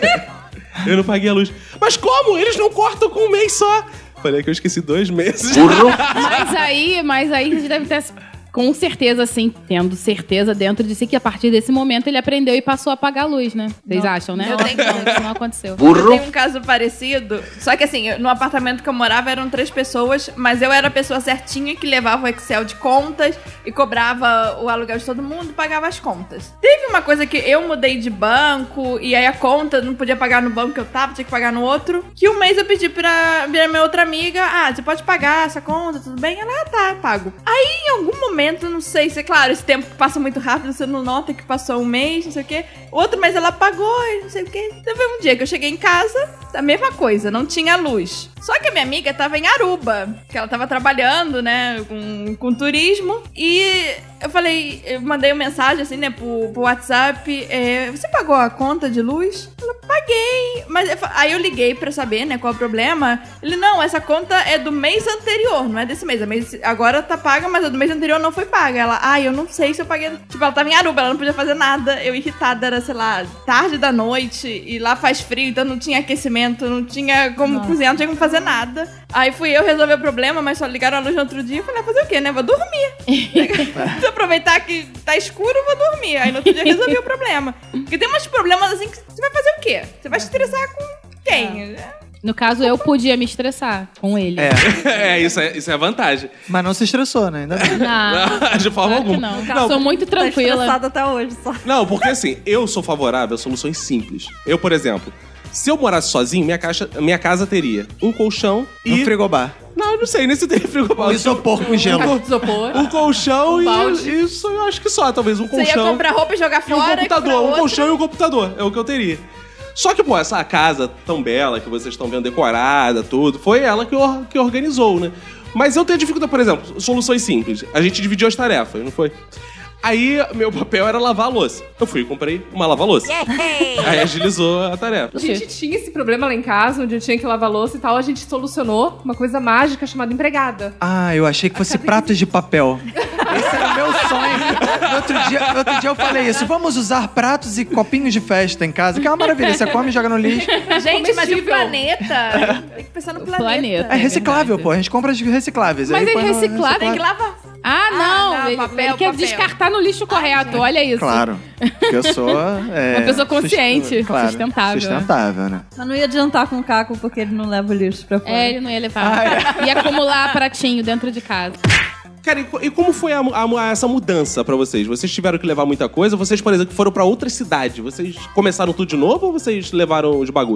Eu não paguei a luz. Mas como? Eles não cortam com um mês só. Falei que eu esqueci dois meses. Mas aí, mas aí a gente deve ter, com certeza, assim, tendo certeza dentro de si que a partir desse momento ele aprendeu e passou a apagar a luz, né? Vocês acham, né? Eu tenho- Não, isso não aconteceu. Eu tenho um caso parecido, só que assim, eu- no apartamento que eu morava eram três pessoas, mas eu era a pessoa certinha que levava o Excel de contas e cobrava o aluguel de todo mundo e pagava as contas. Teve uma coisa que eu mudei de banco e aí a conta não podia pagar no banco que eu tava, tinha que pagar no outro, que um mês eu pedi pra minha minha outra amiga: ah, você pode pagar essa conta, tudo bem? Ela, ah, tá, eu pago. Aí em algum momento, não sei se, é claro, esse tempo passa muito rápido, você não nota que passou um mês, não sei o quê. Outro mês ela pagou e não sei o quê. Teve um dia que eu cheguei em casa, a mesma coisa, não tinha luz. Só que a minha amiga tava em Aruba, que ela tava trabalhando, né, com, com turismo. E eu falei, eu mandei uma mensagem assim, né, pro, pro WhatsApp: é, você pagou a conta de luz? Ela, paguei. Mas eu fa- aí eu liguei pra saber, né, qual é o problema. Ele, não, essa conta é do mês anterior, não é desse mês. A mês agora tá paga, mas a do mês anterior não foi paga. Ela, ah, eu não sei se eu paguei. Tipo, ela tava em Aruba, ela não podia fazer nada. Eu irritada, era, sei lá, tarde da noite, e lá faz frio, então não tinha aquecimento, não tinha como cozinhar, não tinha como fazer nada. Aí fui eu resolver o problema, mas só ligaram a luz no outro dia. Eu falei, ah, fazer o quê, né? Vou dormir. Se eu aproveitar que tá escuro, eu vou dormir. Aí no outro dia resolvi o problema. Porque tem uns problemas assim que você vai fazer o quê? Você vai se estressar com quem? No caso, eu podia me estressar com ele. É, É, isso é, isso é a vantagem. mas não se estressou, né? Ainda bem. Não, De forma claro que alguma. não. Não, Sou muito Tá tranquila. estressada até hoje, só. Não, porque assim, eu sou favorável a soluções simples. Eu, por exemplo, se eu morasse sozinho, minha, caixa, minha casa teria um colchão e... No frigobar. Não, eu não sei, nem se teria frigobar. Um isopor com Um gelo. caixa de isopor. Um colchão Um e balde. isso eu acho que só, talvez um Você ia colchão comprar roupa e jogar e um fora? e comprar computador, um outra? colchão e um computador, é o que eu teria. Só que, pô, essa casa tão bela que vocês estão vendo, decorada, tudo, foi ela que, or- que organizou, né? Mas eu tenho dificuldade, por exemplo, soluções simples. A gente dividiu as tarefas, não foi? Aí, meu papel era lavar a louça. Eu fui e comprei uma lava-louça. Aí agilizou a tarefa. A gente tinha esse problema lá em casa, onde eu tinha que lavar louça e tal. A gente solucionou uma coisa mágica chamada empregada. Ah, eu achei que fosse pratos de papel. Esse era o meu sonho. No outro, dia, no outro dia eu falei isso. Vamos usar pratos e copinhos de festa em casa, que é uma maravilha. Você come e joga no lixo. Gente, mas e o Comestível. planeta? Tem que pensar no planeta. planeta. É reciclável, pô. A gente compra de recicláveis. Mas Aí é põe no reciclável. Tem que lavar. Ah, não. não, ele, papel, ele quer papel. descartar no lixo correto. Olha isso. Claro. Porque eu sou... é, Uma pessoa consciente, sust- claro, sustentável. Sustentável, né? Mas não ia adiantar com o Caco, porque ele não leva o lixo pra fora. É, ele não ia levar. Ia acumular pratinho dentro de casa. Cara, e, co- e como foi a, a- essa mudança pra vocês? Vocês tiveram que levar muita coisa? Vocês, por exemplo, foram pra outra cidade. Vocês começaram tudo de novo ou vocês levaram os bagulhos? Não,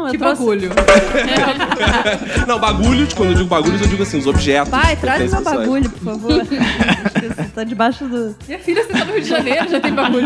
Não, eu Que trouxe... bagulho. Não, bagulhos, quando eu digo bagulhos, eu digo assim, os objetos. Pai, traz meu Essências. bagulho, por favor. Esqueci, tá debaixo do... Minha filha, você tá no Rio de Janeiro, já tem bagulho.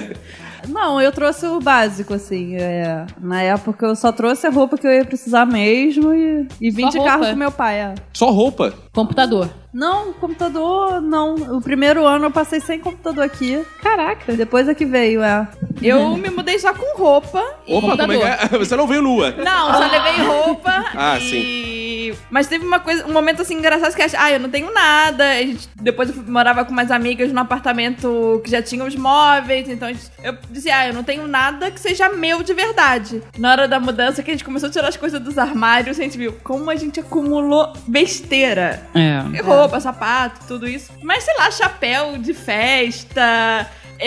Não, eu trouxe o básico, assim. É, na época eu só trouxe a roupa que eu ia precisar mesmo e, e vim Só de roupa? carro com meu pai. É. Só roupa. Computador. Não, computador, não. O primeiro ano eu passei sem computador aqui. Caraca. Depois é que veio, é. Eu me mudei só com roupa. Opa, como é que é? Você não veio nua. Não, só levei roupa. Ah, e... Mas teve uma coisa, um momento assim engraçado que eu achei, ah, eu não tenho nada. A gente, depois eu fui- morava com umas amigas num apartamento que já tinha os móveis. Então a gente- eu disse, ah, eu não tenho nada que seja meu de verdade. Na hora da mudança, que a gente começou a tirar as coisas dos armários, a gente viu como a gente acumulou besteira. É. Roupa, sapato, tudo isso. Mas, sei lá, chapéu de festa,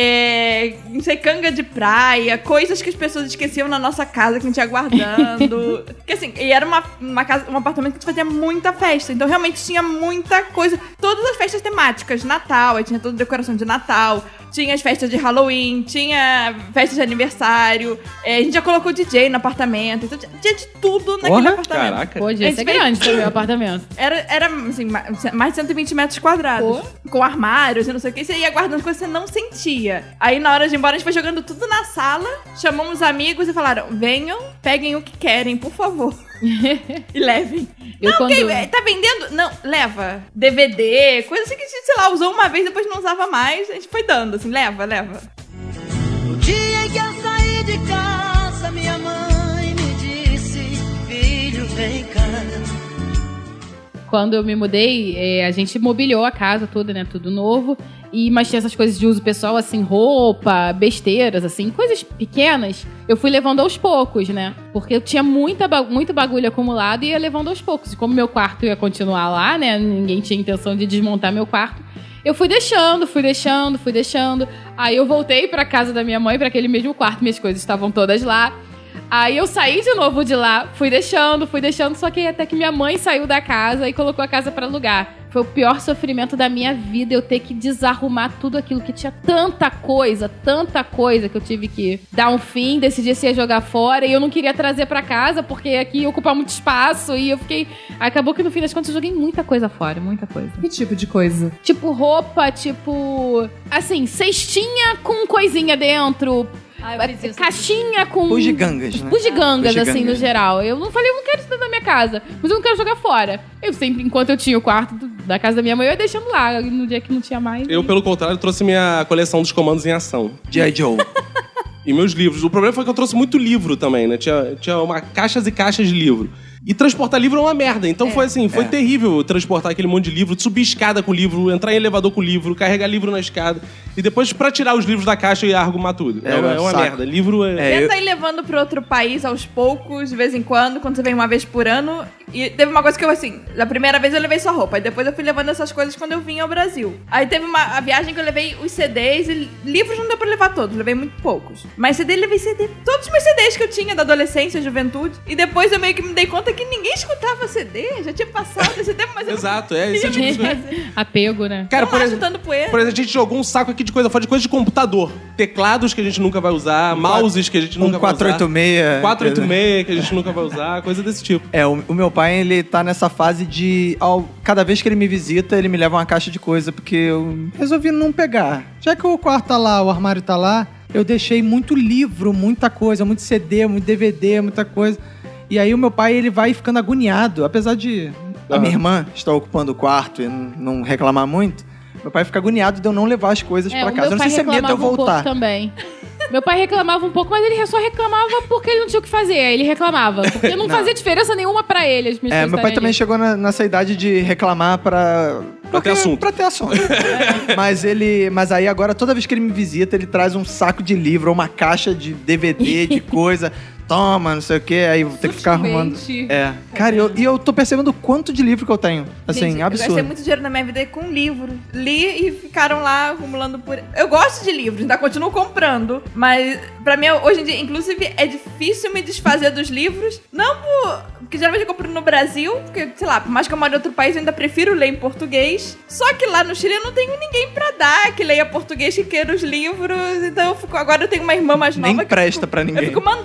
é, não sei, canga de praia, coisas que as pessoas esqueciam na nossa casa que a gente ia guardando. Porque assim, e era uma, uma casa, um apartamento que a gente fazia muita festa. Então realmente tinha muita coisa. Todas as festas temáticas, Natal, aí tinha toda a decoração de Natal. Tinha as festas de Halloween, tinha festas de aniversário. É, a gente já colocou D J no apartamento. Então tinha de tudo naquele Porra, apartamento. caraca. Pô, A esse gente é fez- grande também o apartamento. Era, era assim, ma- mais de cento e vinte metros quadrados. Com armários e não sei o que. Você ia guardando coisas que você não sentia. Aí, na hora de ir embora, a gente foi jogando tudo na sala. Chamamos amigos e falaram, venham, peguem o que querem, por favor. E levem. Eu não, quando- ok, é, tá vendendo? Não, leva. D V D, coisa assim que a gente, sei lá, usou uma vez, depois não usava mais. A gente foi dando, assim, leva, leva. No dia em que eu saí de casa, minha mãe me disse: filho, vem cá. Quando eu me mudei, é, a gente mobiliou a casa toda, né? Tudo novo. E, mas tinha essas coisas de uso pessoal, assim, roupa, besteiras, assim, coisas pequenas. Eu fui levando aos poucos, né? Porque eu tinha muita, ba- muito bagulho acumulado e ia levando aos poucos. E como meu quarto ia continuar lá, né? Ninguém tinha intenção de desmontar meu quarto. Eu fui deixando, fui deixando, fui deixando. Aí eu voltei pra casa da minha mãe, pra aquele mesmo quarto. Minhas coisas estavam todas lá. Aí eu saí de novo de lá, fui deixando, fui deixando, só que até que minha mãe saiu da casa e colocou a casa pra alugar. Foi o pior sofrimento da minha vida, eu ter que desarrumar tudo aquilo, que tinha tanta coisa, tanta coisa que eu tive que dar um fim, decidir se ia jogar fora, e eu não queria trazer pra casa, porque aqui ia ocupar muito espaço, e eu fiquei... Acabou que no fim das contas eu joguei muita coisa fora, muita coisa. Que tipo de coisa? Tipo roupa, tipo... Assim, cestinha com coisinha dentro... Ah, eu fiz isso. Caixinha com... Bugigangas, né? Bugigangas, assim, Bugigangas. no geral. Eu não falei, eu não quero isso dentro da minha casa, mas eu não quero jogar fora. Eu sempre, enquanto eu tinha o quarto do- da casa da minha mãe, eu ia deixando lá. E no dia que não tinha mais... Eu, pelo contrário, trouxe minha coleção dos comandos em ação. G I. Joe. E meus livros. O problema foi que eu trouxe muito livro também, né? Tinha, tinha uma, caixas e caixas de livro. E transportar livro é uma merda. Então foi assim, foi É. terrível transportar aquele monte de livro, subir escada com livro, entrar em elevador com livro, carregar livro na escada. E depois, pra tirar os livros da caixa e arrumar tudo. É, É, uma, é é um uma saco. merda. Livro é... É, Tenta eu- ir levando pra outro país aos poucos, de vez em quando, quando você vem uma vez por ano. E teve uma coisa que eu, assim, da primeira vez eu levei só roupa, e depois eu fui levando essas coisas quando eu vim ao Brasil. Aí teve uma a viagem que eu levei os C Ds, e livros não deu pra levar todos, levei muito poucos. Mas C D, eu levei C D, todos os meus C Ds que eu tinha da adolescência, juventude. E depois eu meio que me dei conta que ninguém escutava C D, já tinha passado esse tempo, mas eu Exato, é esse é o tipo de coisa. Apego, né? Cara, não por lá exemplo, chutando poeira. por exemplo, a gente jogou um saco aqui de coisa fora, de coisa de computador. Teclados que a gente nunca vai usar, mouses que a gente Um nunca vai usar. quatrocentos e oitenta e seis. quatrocentos e oitenta e seis que a gente nunca vai usar, coisa desse tipo. É, o, o meu pai, ele tá nessa fase de... Ao, cada vez que ele me visita, ele me leva uma caixa de coisa, porque eu resolvi não pegar. Já que o quarto tá lá, o armário tá lá, eu deixei muito livro, muita coisa, muito C D, muito D V D, muita coisa. E aí o meu pai, ele vai ficando agoniado, apesar de a Aham. minha Minha irmã está ocupando o quarto e não, não reclamar muito. Meu pai fica agoniado de eu não levar as coisas É, pra o casa. Eu meu não pai sei se é medo de eu reclamava um pouco voltar. também. Meu pai reclamava um pouco, mas ele só reclamava porque ele não tinha o que fazer. Aí ele reclamava, porque não, Não. fazia diferença nenhuma pra ele. As minhas É, coisas meu pai estarem também ali. chegou na- nessa idade de reclamar pra... Pra ter assunto. Pra ter assunto. mas ele... Mas aí agora, toda vez que ele me visita, ele traz um saco de livro, ou uma caixa de D V D, de coisa. Toma, não sei o quê, aí vou ter que ficar arrumando. Sutilmente. É. Cara, eu- e eu, tô percebendo o quanto de livro que eu tenho. Assim, Gente, eu gastei absurdo. muito dinheiro na minha vida com livro. Li e ficaram lá acumulando por... Eu gosto de livros, ainda continuo comprando. Mas pra mim, hoje em dia, inclusive, é difícil me desfazer dos livros. Não por... Porque geralmente eu compro no Brasil. Porque, sei lá, por mais que eu moro em outro país, eu ainda prefiro ler em português. Só que lá no Chile eu não tenho ninguém pra dar que leia português, que queira os livros. Então eu fico... Agora eu tenho uma irmã mais nova Nem que eu presta fico- pra ninguém. Eu fico mandando pra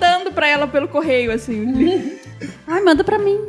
ela pelo correio, assim. Ai, manda pra mim.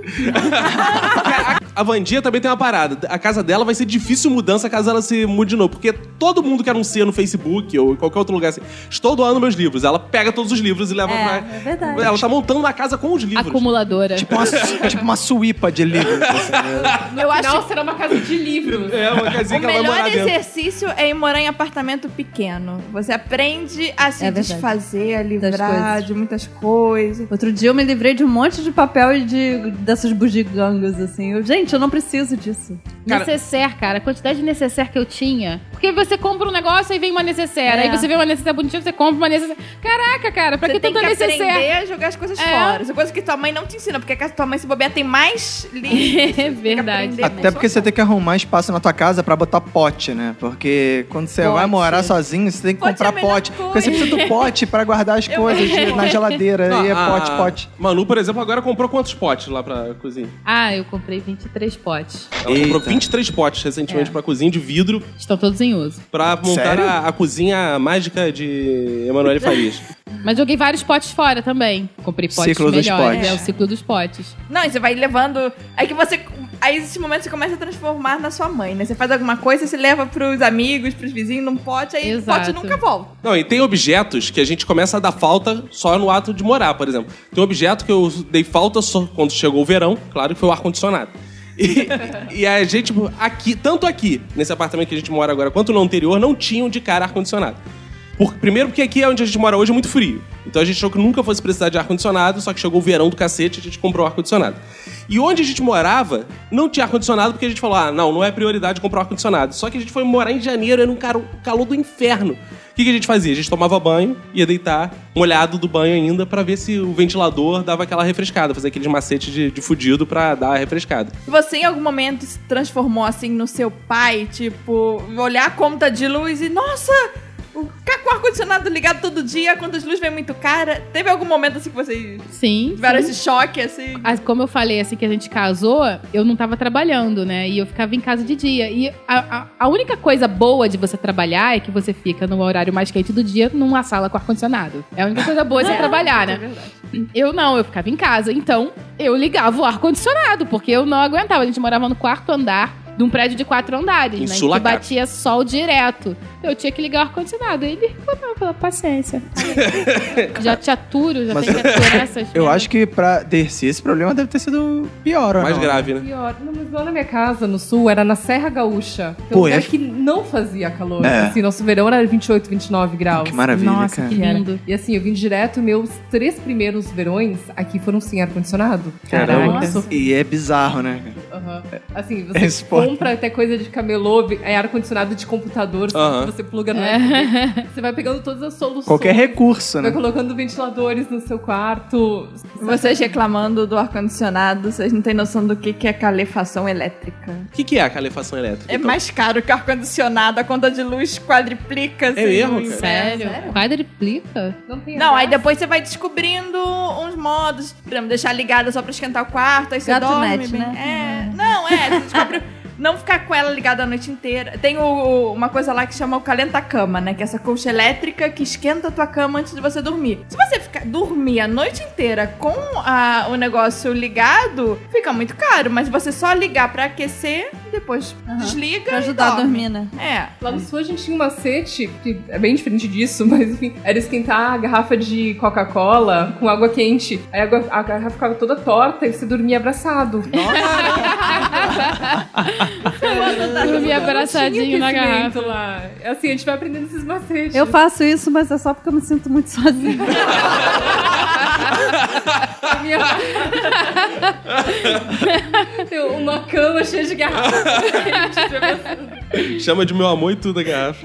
A Vandinha também tem uma parada. A casa dela vai ser difícil mudança caso ela se mude de novo. Porque todo mundo que anuncia no Facebook ou em qualquer outro lugar assim, estou doando meus livros. Ela pega todos os livros e leva É, pra... é verdade. Ela tá montando uma casa com os livros. Acumuladora. Tipo uma, tipo uma suípa de livros. Assim, né? Eu acho Afinal, será uma casa de livros. É, uma casinha o que ela vai melhor morar dentro. exercício é ir morar em apartamento pequeno. Você aprende a se É verdade. desfazer, a livrar coisas. de muitas coisas. Outro dia eu me livrei de um monte de papel e de, dessas bugigangas, assim. Eu, gente, eu não preciso disso. Cara- Necessaire, cara. A quantidade de necessaire que eu tinha. Porque você compra um negócio e vem uma necessaire. É. Aí você vê uma necessaire bonitinha, você compra uma necessaire. Caraca, cara, pra Você que tem tanta que aprender necessaire? a jogar as coisas É. fora. Essa coisa que tua mãe não te ensina, porque a casa da tua mãe, se bobear, tem mais livros. É verdade. Até porque você tem que arrumar espaço na tua casa pra botar pote, né? Porque quando você Pote. vai morar sozinho, você tem que Pote é comprar a melhor pote. coisa. Porque você precisa do pote pra guardar as coisas de- na geladeira. Não, e é a- pote, pote. Manu, por exemplo, agora comprou quantos potes lá pra cozinha? Ah, eu comprei vinte e três potes. Ela comprou Eita. vinte e três potes recentemente É. pra cozinha de vidro Estão todos em uso. pra montar Sério? a, a cozinha mágica de Emanuele Farias. Mas joguei vários potes fora também. Comprei potes Ciclo dos melhores. potes. É o ciclo dos potes. Não, e você vai levando. Aí que você. Aí nesse momento você começa a transformar na sua mãe, né? Você faz alguma coisa, você leva pros amigos, pros vizinhos, num pote, aí Exato. o pote nunca volta. Não, e tem objetos que a gente começa a dar falta só no ato de morar, por exemplo. Tem um objeto que eu dei falta só quando chegou o verão, claro que foi o ar-condicionado. E, e a gente, aqui, tanto aqui, nesse apartamento que a gente mora agora, quanto no anterior, não tinham de cara ar-condicionado. Por- primeiro porque aqui é onde a gente mora hoje é muito frio. Então a gente achou que nunca fosse precisar de ar-condicionado, só que chegou o verão do cacete e a gente comprou ar-condicionado. E onde a gente morava, não tinha ar-condicionado porque a gente falou, ah, não, não é prioridade comprar ar-condicionado. Só que a gente foi morar em janeiro, era um caro- calor do inferno. O que, que a gente fazia? A gente tomava banho, ia deitar, molhado do banho ainda, pra ver se o ventilador dava aquela refrescada, fazer aqueles macetes de, de fudido pra dar a refrescada. Você em algum momento se transformou assim no seu pai, tipo, olhar a conta de luz e, nossa, ficar com o ar-condicionado ligado todo dia, quando as luzes vêm muito cara. Teve algum momento assim que vocês Sim. tiveram sim. esse choque, assim? Ah, como eu falei, assim que a gente casou, eu não tava trabalhando, né? E eu ficava em casa de dia. E a, a, a única coisa boa de você trabalhar é que você fica no horário mais quente do dia numa sala com ar-condicionado. É a única coisa boa de você trabalhar, né? Eu não, eu ficava em casa. Então, eu ligava o ar-condicionado, porque eu não aguentava. A gente morava no quarto andar de um prédio de quatro andares, Em né? Que Sulacap. batia sol direto. Eu tinha que ligar o ar-condicionado. Ele reclamava, falava, paciência. Já te aturo, já Mas tem que aturar essas Eu merdas. acho que pra Dercy esse problema deve ter sido pior, ou Mais não? grave, né? Pior. Não, mas lá na minha casa, no sul, era na Serra Gaúcha. Que é um Pô, lugar é- que não fazia calor. É. Assim, nosso verão era vinte e oito, vinte e nove graus. Que maravilha, Nossa, cara. que Que era. lindo. E assim, eu vim direto, meus três primeiros verões aqui foram sem ar-condicionado. Caramba. Nossa. E é bizarro, né? Aham. Assim, você Esse ponto. compra até coisa de camelô, é ar-condicionado de computador, Aham. você pluga no F B. Você vai pegando todas as soluções. Qualquer recurso, Vai né? colocando ventiladores no seu quarto. Vocês reclamando do ar-condicionado, vocês não têm noção do que que é calefação elétrica. O que, que é a calefação elétrica? É então? mais caro que o ar-condicionado, a conta de luz quadriplica. assim, mesmo, no cara? inverno. Sério? Quadriplica? Não tem Não, aí gás. depois você vai descobrindo uns modos. Por exemplo, deixar ligada só pra esquentar o quarto, aí você Gato dorme net, bem. né? É. Não, é, você descobre. Não ficar com ela ligada a noite inteira. Tem o- uma coisa lá que chama o calenta-cama, né? Que é essa colcha elétrica que esquenta a tua cama antes de você dormir. Se você ficar dormir a noite inteira com a- o negócio ligado, fica muito caro. Mas você só ligar pra aquecer, depois desliga Pra e ajudar a dorme. dormir, né? É. Lá no sul a gente tinha um macete, que é bem diferente disso, mas enfim, era esquentar a garrafa de Coca-Cola com água quente. Aí a, água- a garrafa ficava toda torta e você dormia abraçado. Dormia abraçadinho na garrafa. Lá. Assim, a gente vai aprendendo esses macetes. Eu faço isso, mas é só porque eu me sinto muito sozinha. A minha... Tem uma cama cheia de garrafas. Chama de meu amor e tudo a garrafa.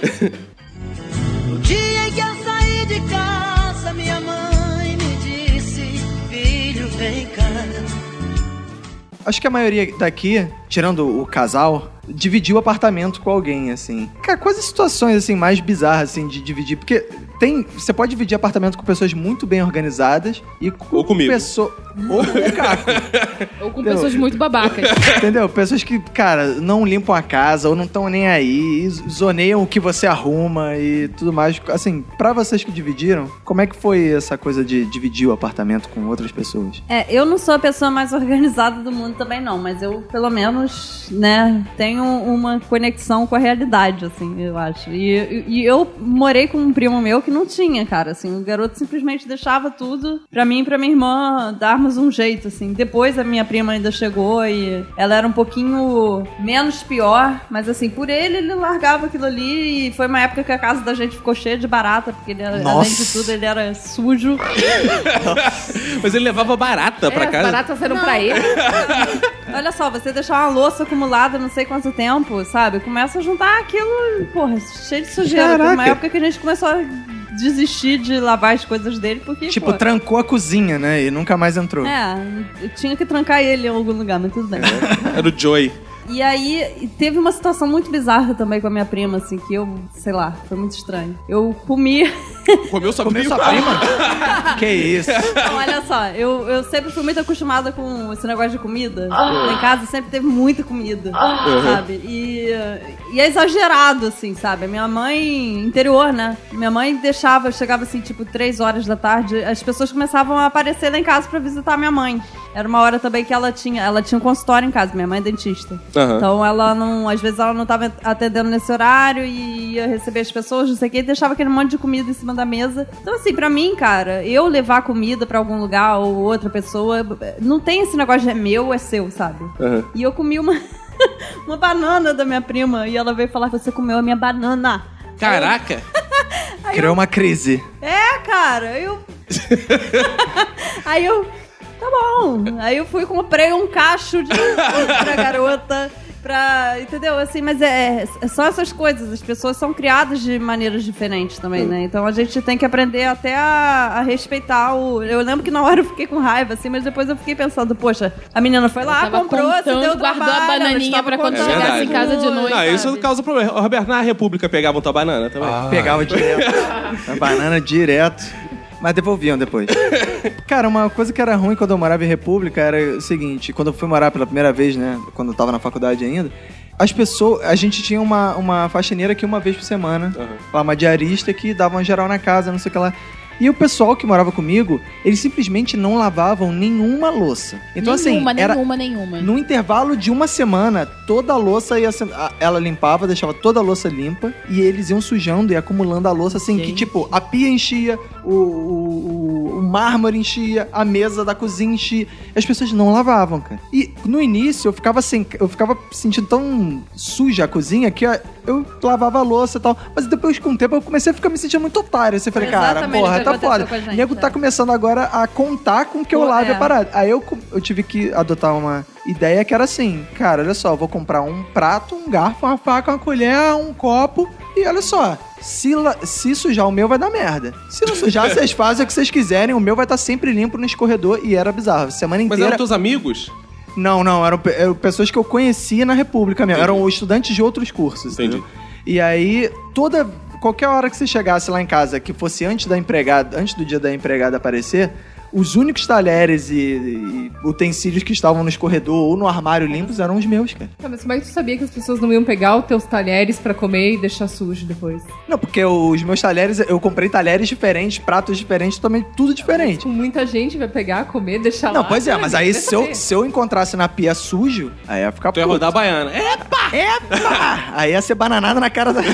No dia em que eu saí de casa, minha mãe me disse: filho, vem cá. Acho que a maioria daqui, tirando o casal, dividir o apartamento com alguém, assim. Cara, quais as situações, assim, mais bizarras, assim, de dividir? Porque tem... Você pode dividir apartamento com pessoas muito bem organizadas e com... Ou comigo. Pessoa, ou com o Caco. Ou com Entendeu? pessoas muito babacas. Entendeu? Pessoas que, cara, não limpam a casa ou não estão nem aí, zoneiam o que você arruma e tudo mais. Assim, pra vocês que dividiram, como é que foi essa coisa de dividir o apartamento com outras pessoas? É, eu não sou a pessoa mais organizada do mundo também não, mas eu, pelo menos, né, tenho uma conexão com a realidade, assim, eu acho. E, e eu morei com um primo meu que não tinha, cara, assim, o garoto simplesmente deixava tudo pra mim e pra minha irmã darmos um jeito, assim. Depois a minha prima ainda chegou e ela era um pouquinho menos pior, mas assim, por ele, ele largava aquilo ali e foi uma época que a casa da gente ficou cheia de barata, porque ele, além de tudo, ele era sujo. Mas ele levava barata pra É, as casa. baratas eram pra ele. Olha só, você deixar uma louça acumulada não sei quanto tempo, sabe? Começa a juntar aquilo, porra, cheio de sujeira. Caraca. Foi uma época que a gente começou a desistir de lavar as coisas dele, porque, Tipo, pô, trancou a cozinha, né? E nunca mais entrou. é, eu tinha que trancar ele em algum lugar, mas tudo bem. Era o Joey. E aí, teve uma situação muito bizarra também com a minha prima, assim, que eu, sei lá, foi muito estranho. Eu comi... Comeu sua Comeu prima? sua prima? Que isso? Não, olha só, eu, eu sempre fui muito acostumada com esse negócio de comida. Lá em casa sempre teve muita comida, sabe? E, e é exagerado, assim, sabe? A minha mãe, interior, né? Minha mãe deixava, chegava assim, tipo, três horas da tarde, as pessoas começavam a aparecer lá em casa pra visitar minha mãe. Era uma hora também que ela tinha, ela tinha um consultório em casa, minha mãe é dentista. Uhum. Então ela não, às vezes ela não tava atendendo nesse horário e ia receber as pessoas, não sei o que, e deixava aquele monte de comida em cima da mesa. Então assim, pra mim, cara, eu levar comida pra algum lugar ou outra pessoa, não tem esse negócio de é meu, é seu, sabe? Uhum. E eu comi uma, uma banana da minha prima e ela veio falar que você comeu a minha banana. Caraca! Criou uma crise. É, cara, eu... Aí eu... Tá bom. Aí eu fui e comprei um cacho de pra garota. Pra, entendeu? Assim, mas é, é só essas coisas. As pessoas são criadas de maneiras diferentes também, né? Então a gente tem que aprender até a, a respeitar o... Eu lembro que na hora eu fiquei com raiva, assim, mas depois eu fiquei pensando, poxa, a menina foi lá, Tava comprou, se contando, deu guardou trabalho, a bananinha estava pra quando contando chegasse em casa de noite. Não, isso sabe? causa problema. O Roberto, na República pegavam tua banana também. Ah. Pegava direto. A banana direto. Mas devolviam depois. Cara, uma coisa que era ruim quando eu morava em República era o seguinte, quando eu fui morar pela primeira vez, né, quando eu tava na faculdade ainda, as pessoas, a gente tinha uma, uma faxineira aqui uma vez por semana, uhum. uma diarista que dava uma geral na casa, não sei o que lá. E o pessoal que morava comigo, eles simplesmente não lavavam nenhuma louça. Então, nenhuma, assim, era nenhuma, nenhuma. no intervalo de uma semana, toda a louça ia ser, ela limpava, deixava toda a louça limpa e eles iam sujando e acumulando a louça, assim, Gente. que tipo, a pia enchia, o, o, o mármore enchia, a mesa da cozinha enchia. E as pessoas não lavavam, cara. E no início eu ficava assim, eu ficava sentindo tão suja a cozinha que eu lavava a louça e tal. Mas depois, com o tempo, eu comecei a ficar me sentindo muito otário. Você falei, cara, Exatamente porra, o que tá aconteceu foda. com a gente, O nego é. tá começando agora a contar com que eu Pô, lave é. a parada. Aí eu, eu tive que adotar uma ideia que era assim, cara, olha só, eu vou comprar um prato, um garfo, uma faca, uma colher, um copo e olha só, se, la- se sujar o meu vai dar merda. Se não sujar, vocês fazem o que vocês quiserem, o meu vai estar sempre limpo no escorredor e era bizarro. Semana Mas inteira... eram teus amigos? Não, não, eram, pe- eram pessoas que eu conhecia na República mesmo, eram estudantes de outros cursos. Entendi. Entendeu? E aí, toda... Qualquer hora que você chegasse lá em casa, que fosse antes da empregada, antes do dia da empregada aparecer, os únicos talheres e, e utensílios que estavam no escorredor ou no armário limpos eram os meus, cara. Tá, mas como é que tu sabia que as pessoas não iam pegar os teus talheres pra comer e deixar sujo depois? Não, porque os meus talheres, eu comprei talheres diferentes, pratos diferentes, também tudo diferente. Com muita gente vai pegar, comer, deixar lá. Não, pois é, mas aí ninguém vai se eu, saber. se eu encontrasse na pia sujo, aí ia ficar Tu ia puto. rodar a baiana. Epa! Epa! Aí ia ser bananada na cara da...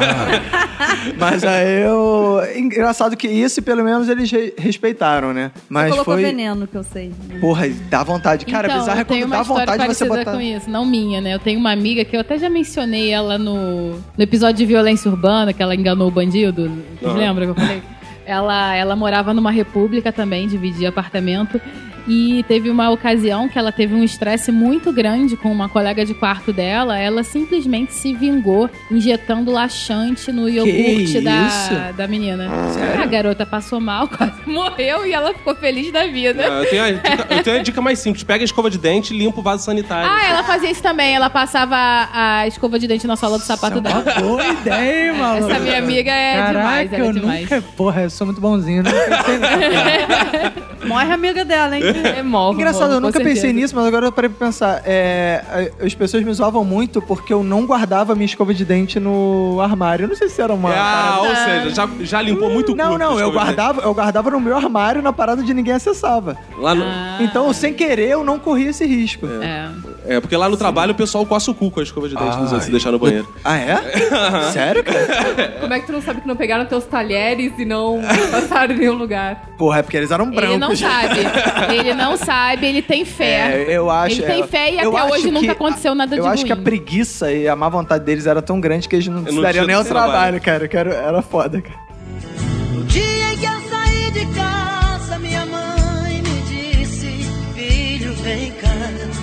Mas aí eu... Engraçado que isso, pelo menos, eles re- respeitaram, né? Mas Você colocou foi... veneno, que eu sei. Porra, dá vontade. Cara, então, bizarro é eu tenho quando uma dá história vontade de você parecida botar... com isso, não minha, né? Eu tenho uma amiga que eu até já mencionei ela no, no episódio de violência urbana, que ela enganou o bandido. Vocês Ah. lembram que eu falei? Ela, ela morava numa república também, dividia apartamento. E teve uma ocasião que ela teve um estresse muito grande com uma colega de quarto dela. Ela simplesmente se vingou injetando laxante no iogurte da, da menina. Sério? A garota passou mal, quase morreu e ela ficou feliz da vida. Ah, eu, tenho a dica, eu tenho a dica mais simples. Pega a escova de dente e limpa o vaso sanitário. Ah, ela fazia isso também. Ela passava a escova de dente na sola do sapato Isso é uma dela. boa ideia, maluco. Essa minha amiga é Caraca, demais, ela é eu demais. nunca... Porra, eu sou muito bonzinho, não pensei nisso. Morre a amiga dela, hein? É morro, Engraçado, morro, eu com nunca pensei certeza. nisso, mas agora eu parei pra pensar. É, as pessoas me zoavam muito porque eu não guardava minha escova de dente no armário. Eu não sei se era uma... Ah, parada- ou seja, já, já limpou muito o Não, cu não, com eu escova de dente. guardava, eu guardava no meu armário na parada onde ninguém acessava. Lá no, Então, sem querer, eu não corria esse risco. É. é, porque lá no trabalho o pessoal coça o cu com a escova de dente dos outros se Ai. deixar no banheiro. Ah, é? Sério, cara? Como é que tu não sabe que não pegaram teus talheres e não passaram em nenhum lugar? Porra, é porque eles eram brancos. Ele não sabe. Ele não sabe, ele tem fé. É, eu acho. Ele tem é, fé e eu até acho hoje que nunca a- aconteceu nada de Eu ruim. acho que a preguiça e a má vontade deles era tão grande que eles não se não dariam tinha nem ao trabalho. trabalho, cara. Que era, era foda, cara. No dia em que eu saí de casa, minha mãe me disse: filho, vem cá.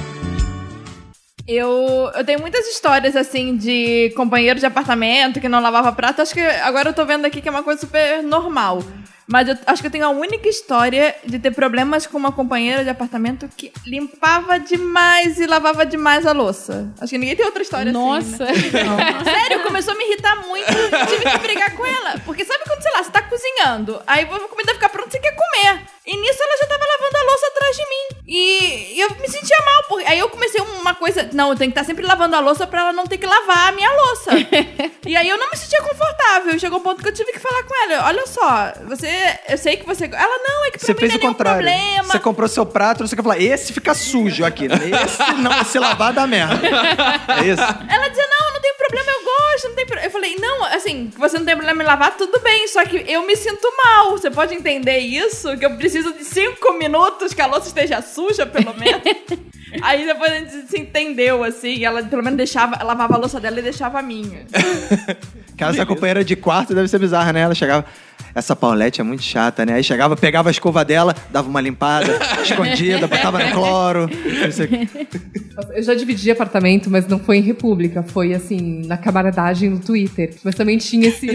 Eu, eu tenho muitas histórias, assim, de companheiro de apartamento que não lavava prato. Acho que agora eu tô vendo aqui que é uma coisa super normal. Mas eu acho que eu tenho a única história de ter problemas com uma companheira de apartamento que limpava demais e lavava demais a louça. Acho que ninguém tem outra história Nossa. assim, né? Sério, começou a me irritar muito. Eu tive que brigar com ela. Porque sabe quando, sei lá, você tá cozinhando, aí a comida fica pronta, você quer comer. E nisso ela já tava lavando a louça atrás de mim. E, e eu me sentia mal. Porque, aí eu comecei uma coisa... Não, eu tenho que estar sempre lavando a louça pra ela não ter que lavar a minha louça. E aí eu não me sentia confortável. E chegou um ponto que eu tive que falar com ela. Olha só, você... Eu sei que você... Ela, não, é que pra Você mim fez não o é nenhum contrário. problema. Você comprou seu prato, você quer falar, esse fica sujo aqui. Esse não, se lavar dá merda. É isso? Ela dizia, não, não tem problema, eu gosto, não tem problema. Eu falei, não, assim, que você não tem problema em lavar, tudo bem, só que eu me sinto mal. Você pode entender isso? Que eu preciso de cinco minutos que a louça esteja suja, pelo menos. Aí depois a gente se entendeu, assim, ela pelo menos deixava, lavava a louça dela e deixava a minha. Aquela essa companheira de quarto deve ser bizarra, né? Ela chegava... Essa Paulette é muito chata, né? Aí chegava, pegava a escova dela, dava uma limpada, escondida, botava no cloro. Não sei o quê. Eu já dividi apartamento, mas não foi em república. Foi, assim, na camaradagem no Twitter. Mas também tinha esse...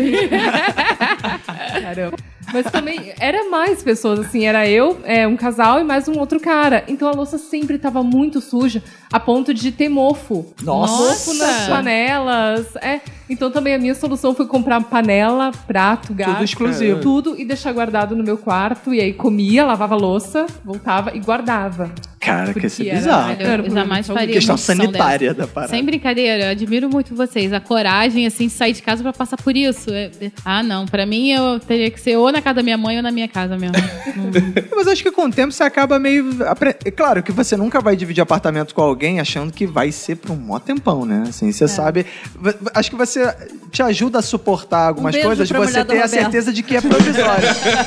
Caramba. Mas também era mais pessoas, assim. Era eu, é, um casal e mais um outro cara. Então a louça sempre tava muito suja, a ponto de ter mofo. Nossa! Mofo nas panelas. É. Então também a minha solução foi comprar panela, prato, garfo. Tudo exclusivo. Tudo e deixar guardado no meu quarto. E aí comia, lavava a louça, voltava e guardava. Cara, que isso é Porque era- bizarro. Olha, eu, eu jamais faria Questão uma opção sanitária dessa. da parada. Sem brincadeira, eu admiro muito vocês. A coragem, assim, de sair de casa pra passar por isso. É- é- Ah, não. Pra mim, eu teria que ser ou na casa da minha mãe ou na minha casa mesmo. Não- Mas acho que com o tempo você acaba meio... apre- É claro que você nunca vai dividir apartamento com alguém achando que vai ser por um mó tempão, né? Assim, você sabe... v- v- Acho que você te ajuda a suportar algumas beijo coisas, pra você mulher do ter a Roberto. certeza de que é provisório.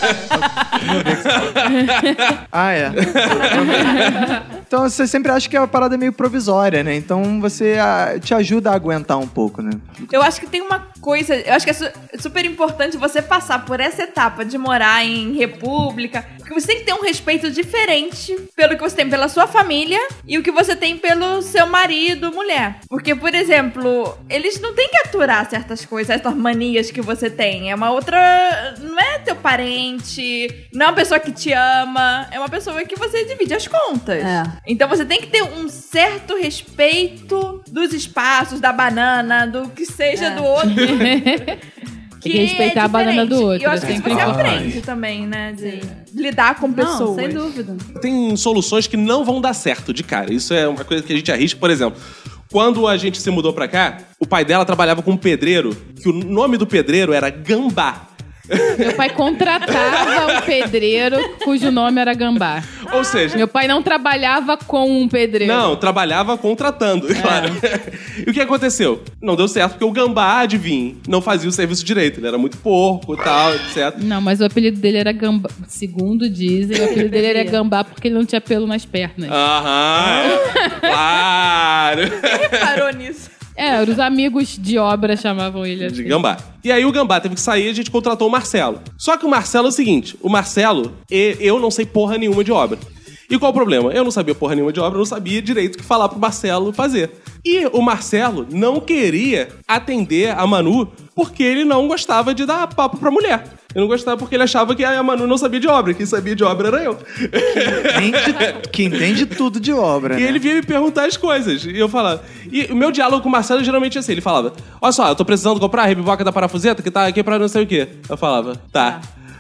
Ah, é. Então você sempre acha que a parada é meio provisória, né? Então você ah, te ajuda a aguentar um pouco, né? Eu acho que tem uma coisa... Eu acho que é su- super importante você passar por essa etapa de morar em república, porque você tem que ter um respeito diferente pelo que você tem pela sua família e o que você tem pelo seu marido, mulher. Porque, por exemplo, eles não têm que aturar certas coisas, essas manias que você tem. É uma outra... Não é teu parente, não é uma pessoa que te ama, é uma pessoa que você divide as contas. É. Então você tem que ter um certo respeito dos espaços, da banana, do que seja É. do outro. Tem que respeitar é a banana diferente. do outro, E eu acho é que isso sempre você importante. aprende também, né? De lidar com pessoas. Não, sem dúvida. Tem soluções que não vão dar certo de cara. Isso é uma coisa que a gente arrisca. Por exemplo, quando a gente se mudou pra cá, o pai dela trabalhava com um pedreiro, que o nome do pedreiro era Gambá. Meu pai contratava um pedreiro cujo nome era Gambá. Ou seja, Meu pai não trabalhava com um pedreiro. não, trabalhava contratando, claro. E o que aconteceu? Não deu certo, porque o Gambá, adivinha, não fazia o serviço direito. Ele era muito porco e tal, etcétera. Não, mas o apelido dele era Gambá. Segundo dizem, o apelido dele era Gambá porque ele não tinha pelo nas pernas. Aham, claro. Reparou nisso? É, os amigos de obra chamavam ele De assim. Gambá. E aí o Gambá teve que sair e a gente contratou o Marcelo. Só que o Marcelo é o seguinte, o Marcelo, e- eu não sei porra nenhuma de obra. E qual o problema? Eu não sabia porra nenhuma de obra, eu não sabia direito o que falar pro Marcelo fazer. E o Marcelo não queria atender a Manu porque ele não gostava de dar papo pra mulher. Ele não gostava porque ele achava que a Manu não sabia de obra. Quem sabia de obra era eu. Que entende, que entende tudo de obra, E né? ele vinha me perguntar as coisas. E eu falava... E o meu diálogo com o Marcelo geralmente é assim. Ele falava... Olha só, eu tô precisando comprar a rebiboca da parafuseta que tá aqui pra não sei o quê. Eu falava... Tá.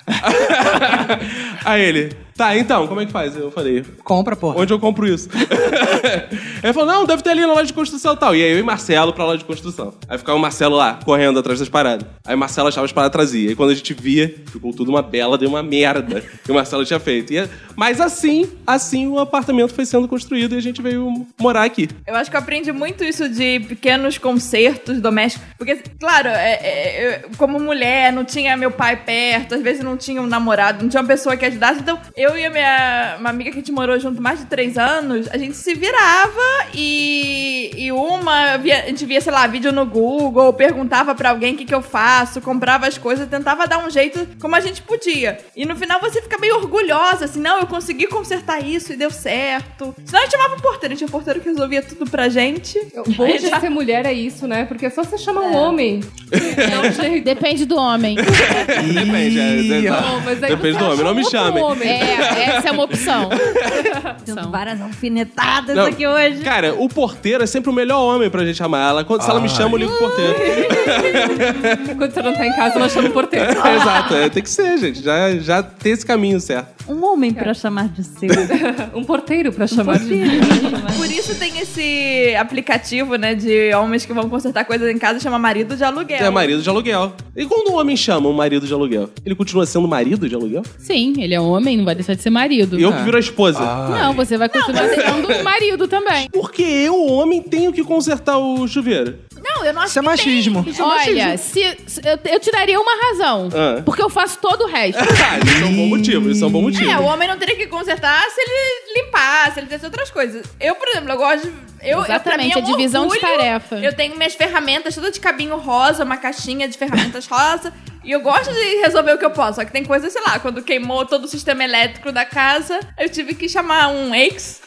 Aí ele... Tá, então, como é que faz? Eu falei... Compra, porra. Onde eu compro isso? Ele falou, não, deve ter ali na loja de construção e tal. E aí eu e Marcelo pra loja de construção. Aí ficava o Marcelo lá, correndo atrás das paradas. Aí o Marcelo achava as paradas trazia. E quando a gente via, ficou tudo uma bela, deu uma merda que o Marcelo tinha feito. E, mas assim, assim o apartamento foi sendo construído e a gente veio morar aqui. Eu acho que eu aprendi muito isso de pequenos concertos domésticos. Porque, claro, é, é, eu, como mulher, não tinha meu pai perto, às vezes não tinha um namorado, não tinha uma pessoa que ajudasse. Então, eu e a minha uma amiga que a gente morou junto mais de três anos, a gente se virava e, e uma, via, a gente via, sei lá, vídeo no Google, perguntava pra alguém o que, que eu faço, comprava as coisas, tentava dar um jeito como a gente podia. E no final você fica meio orgulhosa, assim, não, eu consegui consertar isso e deu certo. Senão a gente chamava o porteiro, tinha um porteiro que resolvia tudo pra gente. O bom de ser mulher é isso, né? Porque é só você chamar um homem. É um jeito. Depende do homem. Depende, é, é, Não, mas aí Depende você do homem, acha não me outro chamem. homem. É, essa é uma opção. Tendo várias alfinetadas Não, aqui hoje. Cara, o porteiro é sempre o melhor homem pra gente amar. Ela, quando, se ela me chama, eu ligo o porteiro. Quando você não tá em casa, ela chama o porteiro. Exato, é, tem que ser, gente. Já, já tem esse caminho certo. Um homem pra chamar de seu. Um porteiro pra chamar de... Por isso tem esse aplicativo, né, de homens que vão consertar coisas em casa, chama marido de aluguel. É marido de aluguel. E quando um homem chama um marido de aluguel, ele continua sendo marido de aluguel? Sim, ele é homem, não vai deixar de ser marido. E eu que viro a esposa. Não, você vai continuar sendo marido também. Porque eu, homem, tenho que consertar o chuveiro. Não, eu não acho Isso é que tem. machismo. Olha, se, se- eu, eu te daria uma razão. Ah. Porque eu faço todo o resto. Ah, isso é um bom motivo, isso é um bom motivo. É, o homem não teria que consertar se ele limpar, se ele fizesse outras coisas. Eu, por exemplo, eu gosto de... Eu, eu, pra mim Exatamente, é um a divisão de orgulho. tarefa. Eu tenho minhas ferramentas todas de cabinho rosa, uma caixinha de ferramentas rosa. E eu gosto de resolver o que eu posso. Só que tem coisas, sei lá, quando queimou todo o sistema elétrico da casa, eu tive que chamar um ex.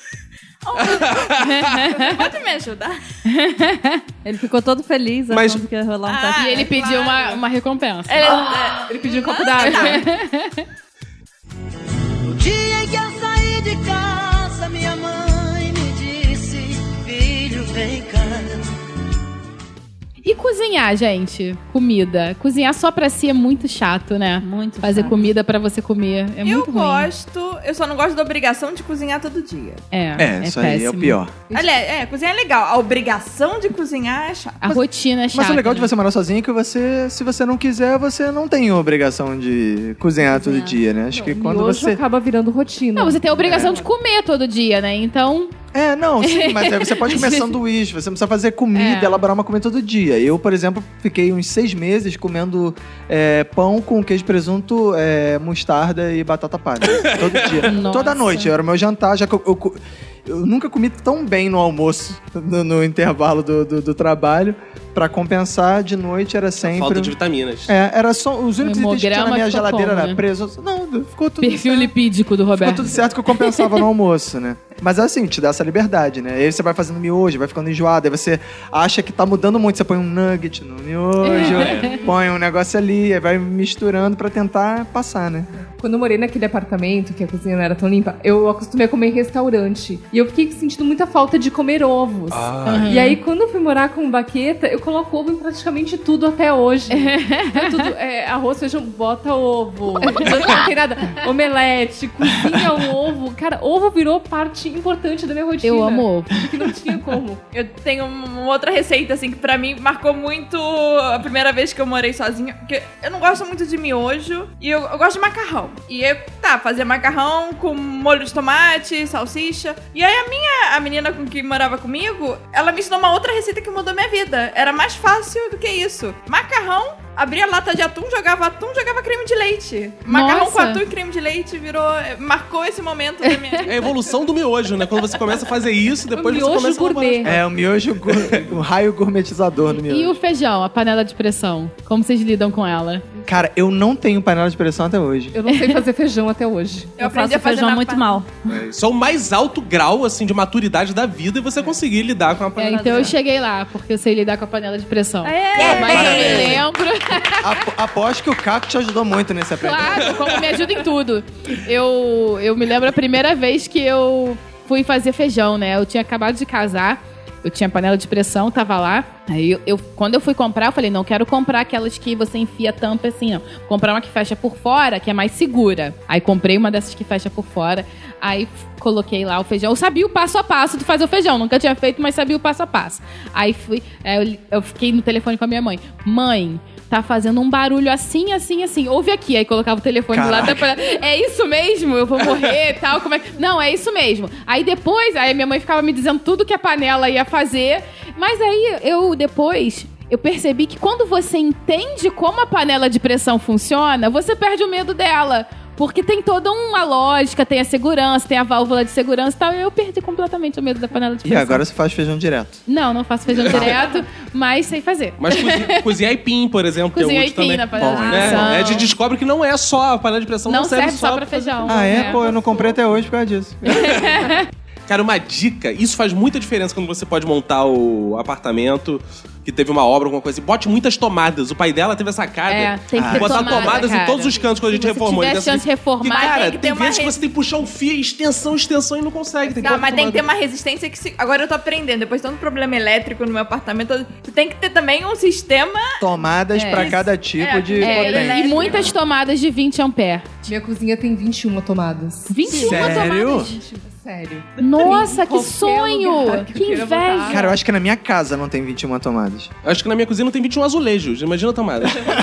Oh, pode me ajudar? Ele ficou todo feliz Mas- achando que ia rolar um Ah, tapa. E ele é pediu claro. uma, uma recompensa. Ele, é, Ele pediu um copo d'água. No dia em que eu saí de casa, minha mãe me disse: filho, vem cá. E cozinhar, gente? Comida. Cozinhar só pra si é muito chato, né? Muito Fazer chato. comida pra você comer é eu muito ruim. gosto, eu só não gosto da obrigação de cozinhar todo dia. É, É, isso aí é o péssimo. pior. Aliás, é, cozinhar é legal. A obrigação de cozinhar é chato. A rotina é chata. Mas o legal de né? você morar sozinho é que você, se você não quiser, você não tem obrigação de cozinhar todo dia, né? Acho que quando Hoje você... acaba virando rotina. Não, você tem a obrigação de comer todo dia, né? Então, É, não, sim, mas aí você pode comer sanduíche, você não precisa fazer comida, É. elaborar uma comida todo dia. Eu, por exemplo, fiquei uns seis meses comendo é, pão com queijo, presunto, é, mostarda e batata palha. Todo dia. Nossa. Toda noite. Era o meu jantar, já que eu, eu, co- eu nunca comi tão bem no almoço, no, no intervalo do, do, do trabalho. Pra compensar, de noite era sempre... Falta de vitaminas. É, era só... Os únicos itens que tinha na hemograma minha ficou geladeira como, era né? preso. Não, ficou tudo perfil certo. lipídico do Ficou Roberto. tudo certo que eu compensava no almoço, né? Mas assim, te dá essa liberdade, né? Aí você vai fazendo miojo, vai ficando enjoado, aí você acha que tá mudando muito. Você põe um nugget no miojo, põe um negócio ali, aí vai misturando pra tentar passar, né? Quando eu morei naquele apartamento, que a cozinha não era tão limpa, eu acostumei a comer em restaurante. E eu fiquei sentindo muita falta de comer ovos. Uhum. E aí, quando eu fui morar com o Baqueta, eu coloco ovo em praticamente tudo até hoje. É tudo, é, arroz, feijão, bota ovo. Não tem nada. Omelete, cozinha um ovo. Cara, ovo virou parte importante da minha rotina. Eu amo ovo. Porque não tinha como. Eu tenho uma outra receita, assim, que pra mim marcou muito a primeira vez que eu morei sozinha. Porque eu não gosto muito de miojo e eu, eu gosto de macarrão. E eu, tá, fazia macarrão com molho de tomate, salsicha. E aí a minha, a menina com que morava comigo, ela me ensinou uma outra receita que mudou minha vida. Era mais fácil do que isso. Macarrão, abria lata de atum, jogava atum, jogava creme de leite. Macarrão Nossa. com atum e creme de leite virou... Marcou esse momento da minha vida. É a evolução do miojo, né? Quando você começa a fazer isso, depois O você miojo começa a elaborar. gourmet. É, o miojo, gur- o raio gourmetizador do miojo. E o feijão, a panela de pressão? Como vocês lidam com ela? Cara, eu não tenho panela de pressão até hoje. Eu não sei fazer feijão até hoje. Eu, eu faço feijão muito mal. Isso é o mais alto grau, assim, de maturidade da vida e você conseguir lidar com a É, panela. então eu cheguei lá, porque eu sei lidar com a panela de pressão. É, Mas eu me lembro. Ap- aposto que o Caco te ajudou muito nesse aprendizado. Claro, como me ajuda em tudo. Eu, eu me lembro a primeira vez que eu fui fazer feijão, né? Eu tinha acabado de casar, eu tinha panela de pressão, tava lá. Aí eu, eu, quando eu fui comprar, eu falei, não quero comprar aquelas que você enfia a tampa assim, não. Vou comprar uma que fecha por fora, que é mais segura. Aí comprei uma dessas que fecha por fora. Aí f- coloquei lá o feijão. Eu sabia o passo a passo de fazer o feijão. Nunca tinha feito, mas sabia o passo a passo. Aí fui, é, eu, eu fiquei no telefone com a minha mãe. Mãe, tá fazendo um barulho assim, assim, assim. Ouve aqui. Aí colocava o telefone do lado da panela. É isso mesmo? Eu vou morrer e tal. Como é que... Não, é isso mesmo. Aí depois, aí minha mãe ficava me dizendo tudo que a panela ia fazer. Mas aí eu depois... Eu percebi que quando você entende como a panela de pressão funciona, você perde o medo dela. Porque tem toda uma lógica, tem a segurança, tem a válvula de segurança e tal. E eu perdi completamente o medo da panela de E pressão. agora você faz feijão direto. Não, não faço feijão direto, mas sei fazer. Mas cozinha, cozinhar aipim, por exemplo, que é Cozinhar útil aipim também. na panela de É, pressão. é, a gente descobre que não é só a panela de pressão, não, Não serve só pra feijão. Ah, é? É. Pô, eu não comprei até hoje por causa disso. Cara, uma dica, isso faz muita diferença quando você pode montar o apartamento, que teve uma obra, alguma coisa assim. Bote muitas tomadas. O pai dela teve essa sacada. É, tem que de ter botar tomada, tomadas cara. em todos os cantos quando a gente Se você reformou. tiver Ele chance de reformar, que, cara, tem tem, que ter uma vezes que re- você tem que puxar o fio, extensão, extensão e não consegue. Tem que Não, botar mas tem que ter tomada. uma resistência que se... Agora eu tô aprendendo, depois de tanto problema elétrico no meu apartamento, tu tem que ter também um sistema... Tomadas É. pra cada tipo É, de é, potência. É, e muitas tomadas de vinte amperes. Minha cozinha tem vinte e uma tomadas. vinte e uma Sério? tomadas. Sério. Nossa, Em que qualquer sonho! lugar Que eu queira inveja! botar. Cara, eu acho que na minha casa não tem vinte e uma tomadas. Acho que na minha cozinha não tem vinte e um azulejos. Imagina a tomada.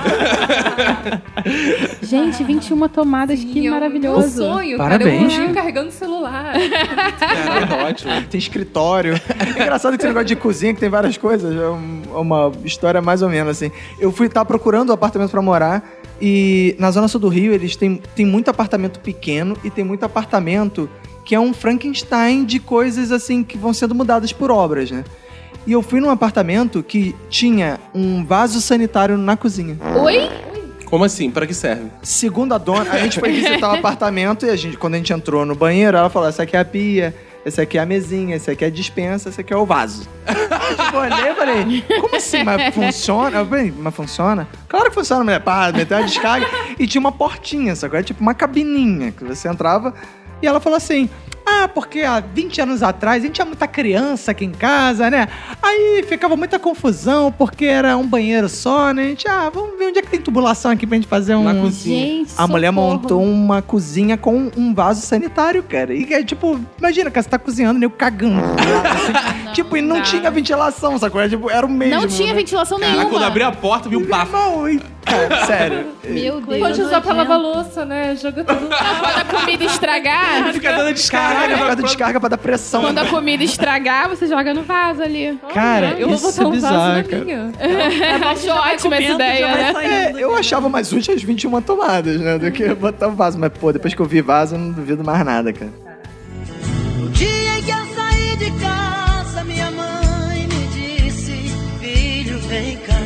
Gente, vinte e uma tomadas, que E é um- maravilhoso. Um sonho, Parabéns. cara. Eu carregando o celular. Cara, ótimo. Tem escritório. É engraçado que esse negócio de cozinha, que tem várias coisas. É um- uma história mais ou menos assim. Eu fui estar procurando um apartamento pra morar. E na Zona Sul do Rio, eles têm, têm muito apartamento pequeno e tem muito apartamento que é um Frankenstein de coisas assim que vão sendo mudadas por obras, né? E eu fui num apartamento que tinha um vaso sanitário na cozinha. Oi? Como assim? Pra que serve? Segundo a dona, a gente foi visitar o apartamento e a gente, quando a gente entrou no banheiro, ela falou: essa aqui é a pia, essa aqui é a mesinha, essa aqui é a dispensa, essa aqui é o vaso. Eu tipo, olhei e falei, como assim? Mas funciona? Eu falei, mas funciona? Claro que funciona, mulher. Pá, meteu a descarga e tinha uma portinha, sacou? Era tipo uma cabininha que você entrava e ela falou assim: ah, porque há vinte anos atrás a gente tinha muita criança aqui em casa, né? Aí ficava muita confusão porque era um banheiro só, né? A gente, ah, vamos ver onde é que tem tubulação aqui pra gente fazer um... Na cozinha. Gente, A mulher socorro. montou uma cozinha com um vaso sanitário, cara. E é tipo, imagina, cara, você tá cozinhando, nego cagando. assim. Não, tipo, e não dá. tinha ventilação, sacou? Era, tipo, era o mesmo. Não tinha né? ventilação Caraca, nenhuma. quando abri a porta, vi um bafo. Irmão, e- cara, sério. Meu Deus. Pode usar pra nojento. lavar louça, né? Joga tudo. Quando a comida estragar, Fica dando descarga. Caraca, por causa da descarga pra dar pressão. quando a comida estragar, você joga no vaso ali. Cara, eu vou isso botar é um vaso bizarro, na cara. minha. Acho ótima essa ideia, né? É, eu achava mais útil as vinte e uma tomadas, né? Do que botar o vaso. Mas, pô, depois que eu vi vaso, eu não duvido mais nada, cara. No dia em que eu saí de casa, minha mãe me disse: filho, vem cá.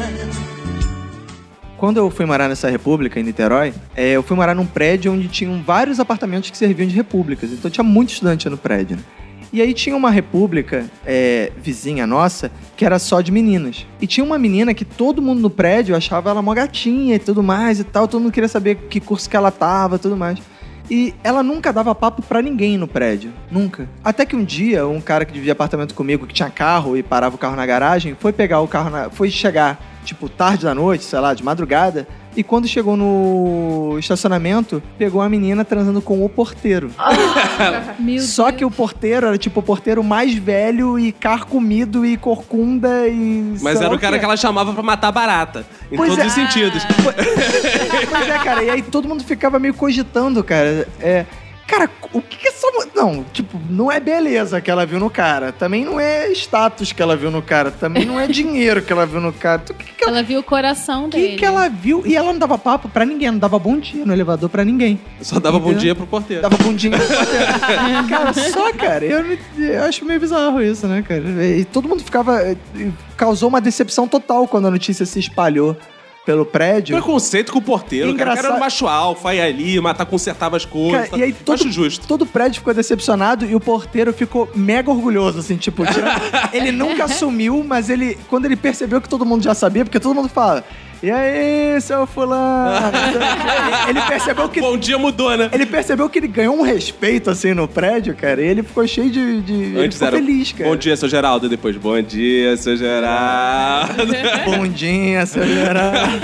Quando eu fui morar nessa república, em Niterói, é, eu fui morar num prédio onde tinham vários apartamentos que serviam de repúblicas. Então tinha muito estudante no prédio, né? E aí tinha uma república é, vizinha nossa que era só de meninas. E tinha uma menina que todo mundo no prédio achava ela mó gatinha e tudo mais e tal. Todo mundo queria saber que curso que ela tava e tudo mais. E ela nunca dava papo pra ninguém no prédio. Nunca. Até que um dia, um cara que dividia apartamento comigo, que tinha carro e parava o carro na garagem, foi pegar o carro na... Foi chegar, tipo, tarde da noite, sei lá, de madrugada. E quando chegou no estacionamento, pegou a menina transando com o porteiro. Meu Só Deus. que o porteiro era, tipo, o porteiro mais velho e carcomido e corcunda e... Mas sei era lá o cara quê. que ela chamava pra matar barata. Em Pois todos é. os sentidos. Pois é, cara, e aí todo mundo ficava meio cogitando, cara. É, cara, o que que essa... mu- Não, tipo, não é beleza que ela viu no cara. Também não é status que ela viu no cara. Também não é dinheiro que ela viu no cara. Então, o que que ela... Ela viu o coração O dele. que, que ela viu? E ela não dava papo pra ninguém, não dava bom dia no elevador pra ninguém. Só dava bom Entendeu? dia pro porteiro. Dava bundinha pro porteiro. Cara, só, cara, eu, não- eu acho meio bizarro isso, né, cara? E todo mundo ficava... Causou uma decepção total quando a notícia se espalhou pelo prédio. Preconceito com o porteiro, cara. O cara era um macho alfa, ia ali, matar, consertava as coisas. Cara, e aí todo, acho justo. todo o prédio ficou decepcionado e o porteiro ficou mega orgulhoso, assim, tipo, tira... ele nunca assumiu, mas ele, quando ele percebeu que todo mundo já sabia, porque todo mundo fala, e aí, seu fulano? Ele percebeu que... Bom dia mudou, né? Ele percebeu que ele ganhou um respeito, assim, no prédio, cara, e ele ficou cheio de... de... Antes ele ficou era, feliz, cara. Bom dia, seu Geraldo. E depois, bom dia, seu Geraldo. Bom dia, seu Geraldo.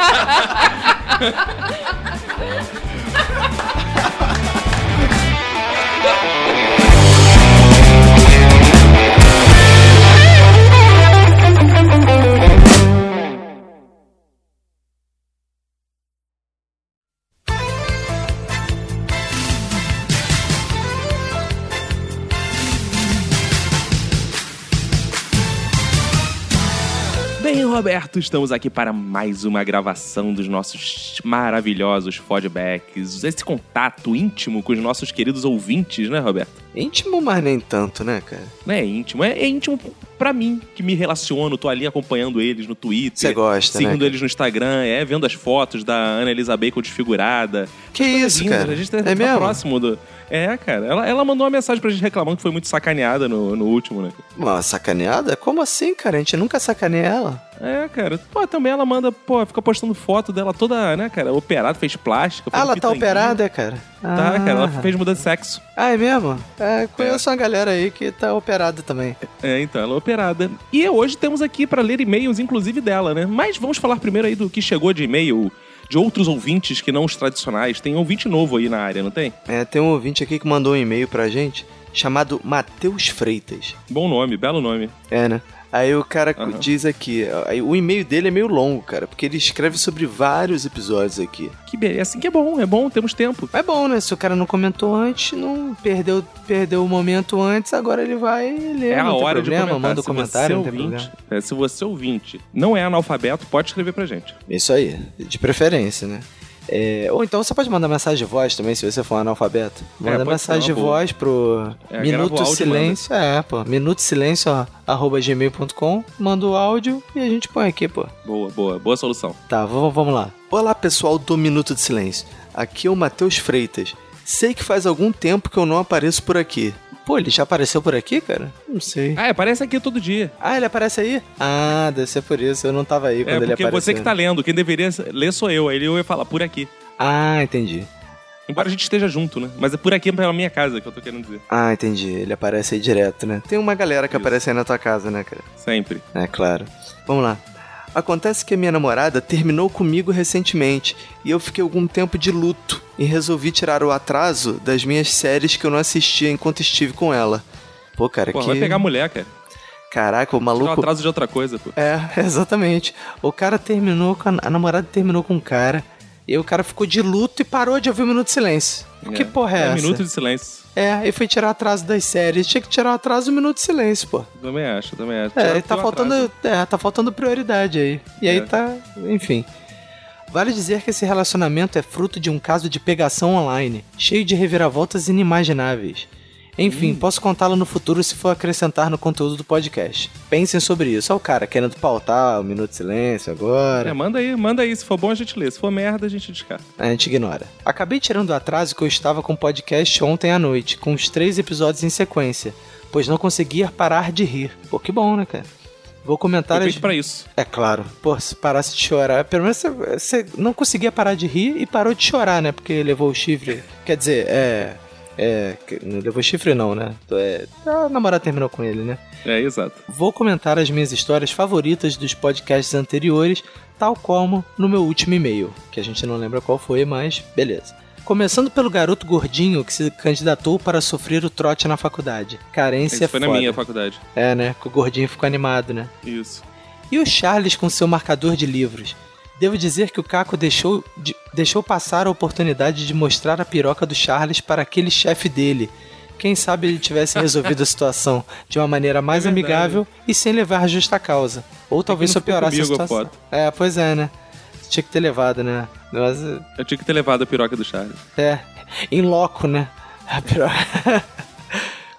Bem, Roberto, estamos aqui para mais uma gravação dos nossos maravilhosos feedbacks. Esse contato íntimo com os nossos queridos ouvintes, né, Roberto? Íntimo, mas nem tanto, né, cara? Não é íntimo, é, é íntimo pra mim, que me relaciono, tô ali acompanhando eles no Twitter. Você gosta, seguindo né, eles no Instagram, é, vendo as fotos da Ana Elisa Bacon desfigurada. Que isso, lindas, cara? A gente tá, é tá mesmo? próximo do... É, cara, ela, ela mandou uma mensagem pra gente reclamando que foi muito sacaneada no, no último, né? Uma sacaneada? Como assim, cara? A gente nunca sacaneia ela. É, cara. Pô, também ela manda, pô, fica postando foto dela toda, né, cara, operada, fez plástica. Ah, ela tá pitanguinha. operada, cara? Tá, ah. cara, ela fez mudança de sexo. Ah, é mesmo? É, conheço é. uma galera aí que tá operada também. É, então, ela é operada. E hoje temos aqui pra ler e-mails, inclusive dela, né? Mas vamos falar primeiro aí do que chegou de e-mail de outros ouvintes que não os tradicionais. Tem um ouvinte novo aí na área, não tem? É, tem um ouvinte aqui que mandou um e-mail pra gente chamado Matheus Freitas. Bom nome, belo nome. É, né? Aí o cara uhum. diz aqui, aí o e-mail dele é meio longo, cara, porque ele escreve sobre vários episódios aqui. Que beleza, assim que é bom, é bom, temos tempo. É bom, né? Se o cara não comentou antes, não perdeu, perdeu o momento antes, agora ele vai ler. É a não hora tem problema, de comentar. manda um se comentário, você não tem ouvinte, problema. é, se você ouvinte não é analfabeto, pode escrever pra gente. Isso aí, de preferência, né? É, ou então você pode mandar mensagem de voz também, se você for um analfabeto. Manda é, mensagem de voz pro é, Minuto Silêncio. É, pô. Minuto Silêncio, ó, arroba gmail ponto com. Manda o áudio e a gente põe aqui, pô. Boa, boa, boa solução. Tá, vamos, vamos lá. Olá, pessoal do Minuto de Silêncio. Aqui é o Matheus Freitas. Sei que faz algum tempo que eu não apareço por aqui. Pô, ele já apareceu por aqui, cara? Não sei. Ah, aparece aqui todo dia. Ah, ele aparece aí? Ah, deve ser por isso. Eu não tava aí quando é, ele apareceu. É, porque você que tá lendo. Quem deveria ler sou eu. Aí ele ia falar por aqui. Ah, entendi. Embora a gente esteja junto, né? Mas é por aqui pela minha casa que eu tô querendo dizer. Ah, entendi. Ele aparece aí direto, né? Tem uma galera que isso. aparece aí na tua casa, né, cara? Sempre. É, claro. Vamos lá. Acontece que a minha namorada terminou comigo recentemente e eu fiquei algum tempo de luto e resolvi tirar o atraso das minhas séries que eu não assistia enquanto estive com ela. Pô, cara, pô, que... vai pegar a mulher, cara. Caraca, o maluco... Tirar o atraso de outra coisa, pô. É, exatamente. O cara terminou com a... a namorada terminou com o cara e o cara ficou de luto e parou de ouvir o Minuto de Silêncio. É. Que porra é, é essa? É Minuto de Silêncio. É, e foi tirar atraso das séries. Tinha que tirar o atraso do Minuto de Silêncio, pô. Também acho, também acho. É, tá faltando, é, tá faltando prioridade aí. E é. aí tá... Enfim. Vale dizer que esse relacionamento é fruto de um caso de pegação online, cheio de reviravoltas inimagináveis. Enfim, hum. posso contá-lo no futuro se for acrescentar no conteúdo do podcast. Pensem sobre isso. Olha o cara querendo pautar o Minuto de Silêncio agora. É, manda aí, manda aí. Se for bom, a gente lê. Se for merda, a gente descarta. A gente ignora. Acabei tirando o atraso que eu estava com o podcast ontem à noite, com os três episódios em sequência, pois não conseguia parar de rir. Pô, que bom, né, cara? Vou comentar... Foi feito as... pra isso. É claro. Pô, se parasse de chorar... Pelo menos você, você não conseguia parar de rir e parou de chorar, né? Porque levou o chifre. Quer dizer, é... É... Não levou chifre não, né? É, a namorada terminou com ele, né? É, exato. Vou comentar as minhas histórias favoritas dos podcasts anteriores, tal como no meu último e-mail. Que a gente não lembra qual foi, mas beleza. Começando pelo garoto gordinho que se candidatou para sofrer o trote na faculdade. Carência Esse foi foda. na minha faculdade. É, né? Que o gordinho ficou animado, né? Isso. E o Charles com seu marcador de livros. Devo dizer que o Caco deixou, de, deixou passar a oportunidade de mostrar a piroca do Charles para aquele chefe dele. Quem sabe ele tivesse resolvido a situação de uma maneira mais é amigável e sem levar justa causa. Ou talvez só piorasse a situação. A é, pois é, né? Tinha que ter levado, né? Mas... Eu tinha que ter levado a piroca do Charles. É, em loco, né? A piroca...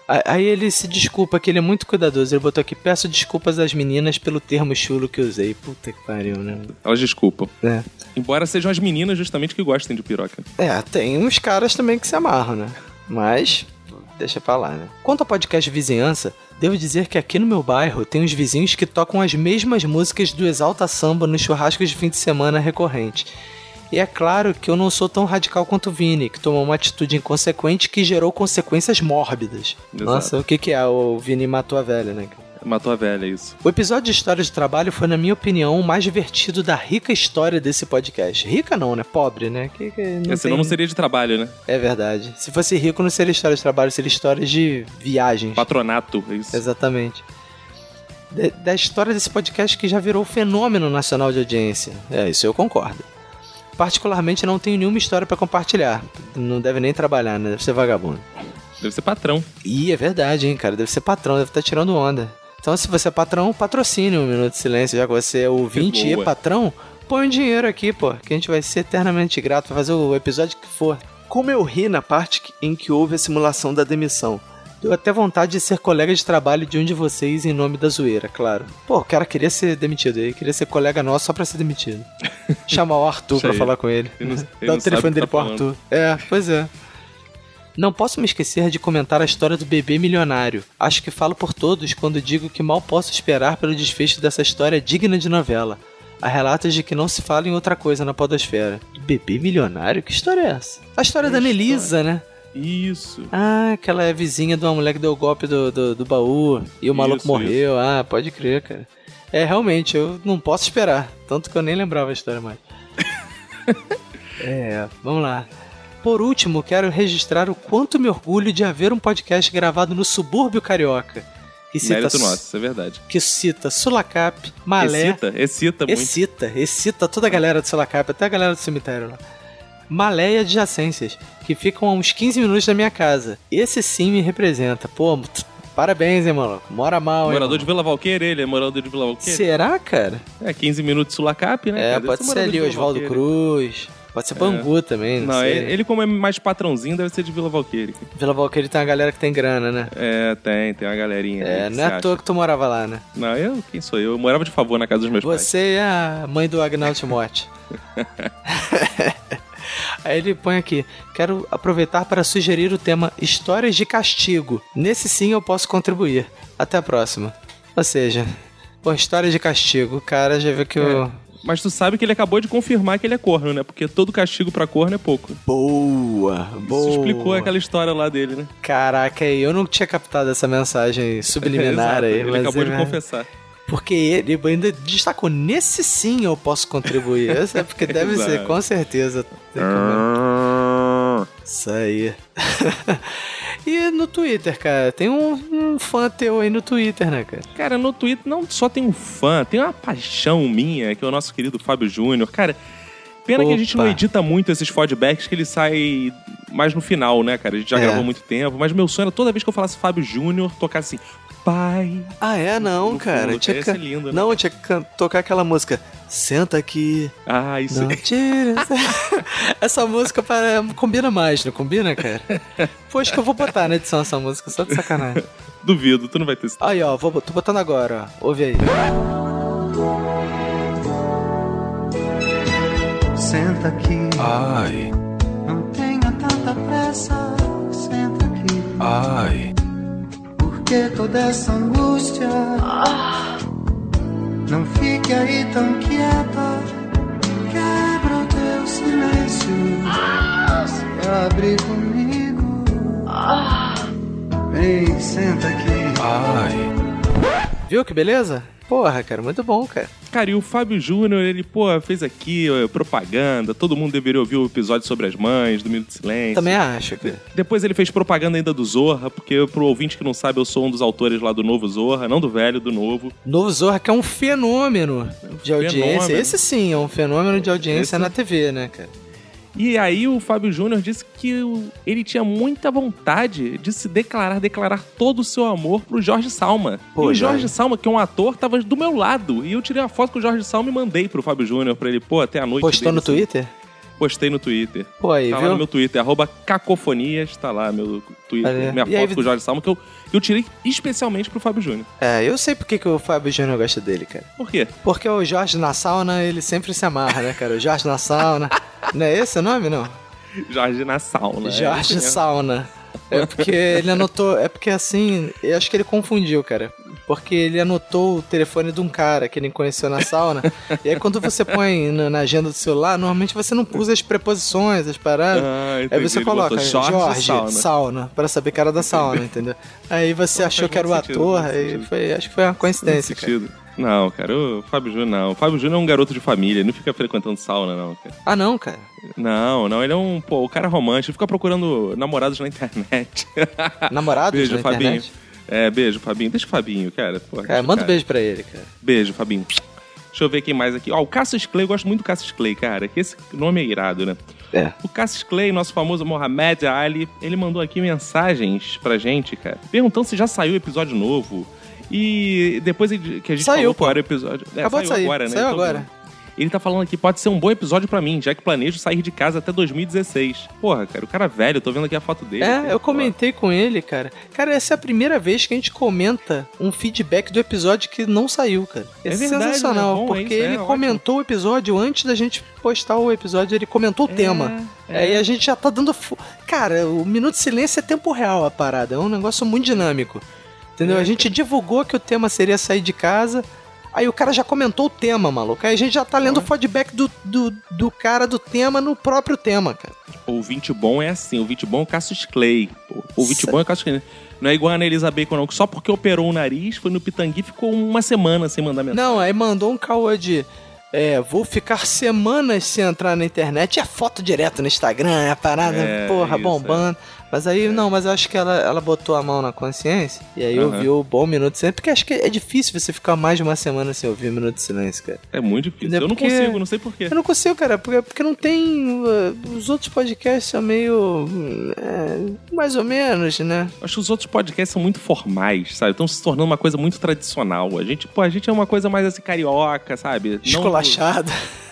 Aí ele se desculpa, que ele é muito cuidadoso. Ele botou aqui, peço desculpas às meninas pelo termo chulo que usei. Puta que pariu, né? Elas desculpam. É. Embora sejam as meninas justamente que gostem de piroca. É, tem uns caras também que se amarram, né? Mas, deixa pra lá, né? Quanto ao podcast Vizinhança, devo dizer que aqui no meu bairro tem uns vizinhos que tocam as mesmas músicas do Exalta Samba nos churrascos de fim de semana recorrente. E é claro que eu não sou tão radical quanto o Vini, que tomou uma atitude inconsequente que gerou consequências mórbidas. Exato. Nossa, o que que é? O Vini matou a velha, né? Matou a velha, isso. O episódio de História de Trabalho foi, na minha opinião, o mais divertido da rica história desse podcast. Rica não, né? Pobre, né? Que, que não é, senão tem... não seria de trabalho, né? É verdade. Se fosse rico, não seria história de trabalho, seria história de viagens. Patronato, é isso. Exatamente. De, da história desse podcast que já virou fenômeno nacional de audiência. É, isso eu concordo. Particularmente não tenho nenhuma história pra compartilhar. Não deve nem trabalhar, né? Deve ser vagabundo. Deve ser patrão. Ih, é verdade, hein, cara? Deve ser patrão, deve estar tirando onda. Então, se você é patrão, patrocine um Minuto de Silêncio. Já que você é ouvinte e patrão, põe um dinheiro aqui, pô, que a gente vai ser eternamente grato pra fazer o episódio que for. Como eu ri na parte em que houve a simulação da demissão. Deu até vontade de ser colega de trabalho de um de vocês em nome da zoeira, claro. Pô, o cara queria ser demitido, ele queria ser colega nosso só pra ser demitido. Chamar o Arthur pra falar com ele. Ele não, ele Dá não o telefone dele tá pro falando. Arthur. É, pois é. Não posso me esquecer de comentar a história do bebê milionário. Acho que falo por todos quando digo que mal posso esperar pelo desfecho dessa história digna de novela. Há relatos de que não se fala em outra coisa na podosfera. Bebê milionário? Que história é essa? A história da Nelisa, né? Isso. Ah, que ela é vizinha de uma mulher que deu o golpe do, do, do baú e o maluco Isso, morreu. Ah, pode crer, cara. É, realmente, eu não posso esperar. Tanto que eu nem lembrava a história mais. É, vamos lá. Por último, quero registrar o quanto me orgulho de haver um podcast gravado no subúrbio carioca. Que cita, Mérito nosso, isso é verdade. que cita Sulacap, Malé... Excita, excita muito. Excita, excita toda a galera do Sulacap, até a galera do cemitério lá. Malé e adjacências, que ficam a uns quinze minutos da minha casa. Esse sim me representa. Pô, t- parabéns, hein, maluco. Mora mal, hein, Morador mano. de Vila Valqueira, ele é morador de Vila Valqueira. Será, cara? É, quinze minutos de Sulacap, né? É, cara? Deve pode ser morador ali de Vila Oswaldo Valqueira. Cruz. Pode ser Bangu também, não, Não, sei. ele, ele como é mais patrãozinho, deve ser de Vila Valqueira. Vila Valqueira tem uma galera que tem grana, né? É, tem, tem uma galerinha. É, aí que não é se à toa acha. que tu morava lá, né? Não, eu, quem sou eu? Eu morava de favor na casa dos meus pais. Você é a mãe do Agnaldo Timóteo. Aí ele põe aqui: quero aproveitar para sugerir o tema Histórias de Castigo. Nesse sim eu posso contribuir. Até a próxima. Ou seja, pô, Histórias de Castigo. O cara já viu que o... Mas tu sabe que ele acabou de confirmar que ele é corno, né? Porque todo castigo pra corno é pouco. Boa, boa. Isso explicou aquela história lá dele, né? Caraca, eu não tinha captado essa mensagem subliminar Exato, aí. ele mas acabou é de mesmo. confessar. Porque ele ainda destacou, nesse sim eu posso contribuir. Esse é porque deve ser, Exato. com certeza. Tem como- Isso aí. E no Twitter, cara, tem um, um fã teu aí no Twitter, né, cara? Cara, no Twitter não só tem um fã, tem uma paixão minha, que é o nosso querido Fábio Júnior. Cara, pena que a gente não Opa. edita muito esses feedbacks, que ele sai mais no final, né, cara? A gente já É. gravou há muito tempo, mas meu sonho era toda vez que eu falasse Fábio Júnior, tocar assim, pai. Ah, é? Não, No cara. fundo, Tinha ia que... ser lindo, né? Não, tinha que can- tocar aquela música. Senta aqui. Ah, isso Não tira. Essa música para... combina mais, não combina, cara? Pô, acho que eu vou botar na edição essa música, só de sacanagem. Duvido, tu não vai ter esse. Aí, ó, vou, tô botando agora, ó. Ouve aí. Senta aqui, Ai, não tenha tanta pressa. Senta aqui, ai, por que toda essa angústia? Não fique aí tão quieta, quebra o teu silêncio. Se abre comigo, vem, senta aqui. ai. Viu que beleza? Porra, cara, muito bom, cara. Cara, e o Fábio Júnior, ele, pô, fez aqui ó, propaganda, todo mundo deveria ouvir o episódio sobre as mães, do Minuto de Silêncio. Também acho, cara. Depois ele fez propaganda ainda do Zorra, porque pro ouvinte que não sabe, eu sou um dos autores lá do novo Zorra, não do velho, do novo. Novo Zorra, que é um fenômeno de audiência. fenômeno. Esse sim, é um fenômeno de audiência Esse- na T V, né, cara? E aí o Fábio Júnior disse que o- ele tinha muita vontade de se declarar, declarar todo o seu amor pro Jorge Salma. Pô, e o Jorge Jorge. Salma, que é um ator, tava do meu lado. E eu tirei uma foto com o Jorge Salma e mandei pro Fábio Júnior pra ele, pô, até a noite. Postou dele, no assim. Twitter? Postei no Twitter. Pô, aí, tá viu? lá no meu Twitter, arroba cacofonias, tá lá meu Twitter, Olha. minha E aí, foto com o Jorge Salmo, que eu, que eu tirei especialmente pro Fábio Júnior. É, eu sei porque que o Fábio Júnior gosta dele, cara. Por quê? Porque o Jorge na sauna, ele sempre se amarra, né, cara? O Jorge na sauna. Não é esse o nome, não? Jorge na sauna. Jorge é esse mesmo. Sauna. É porque ele anotou... É porque, assim, eu acho que ele confundiu, cara. Porque ele anotou o telefone de um cara que ele conheceu na sauna. E aí, quando você põe na, na agenda do celular, normalmente você não usa as preposições, as paradas. Ah, aí entendi. você Ele coloca botou Jorge, Jorge sauna. Sauna. pra saber que era da sauna, entendeu? Aí você Pô, achou faz que era o muito sentido, ator, faz aí sentido. foi, acho que foi uma coincidência, Faz cara. sentido. Não, cara, o Fábio Júnior não. O Fábio Júnior é um garoto de família, ele não fica frequentando sauna, não, cara. Ah, não, cara? Não, não, ele é um, pô, o cara romântico, ele fica procurando namorados na internet. Namorados beijo, na Fabinho. internet? É, beijo, Fabinho. Deixa o Fabinho, cara. Pô, Cara, deixa o manda um cara. beijo pra ele, cara. Beijo, Fabinho. Deixa eu ver quem mais aqui. Ó, o Cassius Clay, eu gosto muito do Cassius Clay, cara. Que esse nome é irado, né? É. O Cassius Clay, nosso famoso Mohamed Ali, ele mandou aqui mensagens pra gente, cara, perguntando se já saiu o episódio novo. E depois ele- que a gente Saiu, falou pô. qual era o episódio... É, Acabou de saiu sair. agora, né? Saiu Eu tô agora. vendo. Ele tá falando aqui, pode ser um bom episódio pra mim, já que planejo sair de casa até dois mil e dezesseis. Porra, cara, o cara velho, eu tô vendo aqui a foto dele. É, cara. eu comentei com ele, cara. Cara, essa é a primeira vez que a gente comenta um feedback do episódio que não saiu, cara. É É verdade, sensacional, né? Bom, é porque isso, é ele ótimo. comentou o episódio antes da gente postar o episódio, ele comentou o tema. é. Aí a gente já tá dando... fo- Cara, o Minuto de Silêncio é tempo real a parada, é um negócio muito dinâmico. Entendeu? É, A gente divulgou que o tema seria sair de casa... Aí o cara já comentou o tema, maluco. Aí a gente já tá lendo o feedback do, do, do cara do tema no próprio tema, cara. O ouvinte bom é assim, o ouvinte bom é o Cassius Clay. Pô. O ouvinte bom é o Cassius Clay. Não é igual a Annelisa Bacon, não, que só porque operou o nariz, foi no Pitangui e ficou uma semana sem mandar mensagem. Não, aí mandou um caô de... É, vou ficar semanas sem entrar na internet. É foto direto no Instagram, é a parada, É, porra, isso, bombando. Mas aí, não, mas eu acho que ela, ela botou a mão na consciência. E aí Aham. ouviu o bom Minuto de Silêncio. Porque acho que é difícil você ficar mais de uma semana sem ouvir Minuto de Silêncio, cara. É muito difícil. Entendeu? Eu não Porque- consigo, não sei porquê. Eu não consigo, cara, porque, porque não tem... uh, os outros podcasts são meio... hum, é, mais ou menos, né? Acho que os outros podcasts são muito formais, sabe? Estão se tornando uma coisa muito tradicional. A gente, pô, a gente é uma coisa mais assim, carioca, sabe? Não- Esculachado.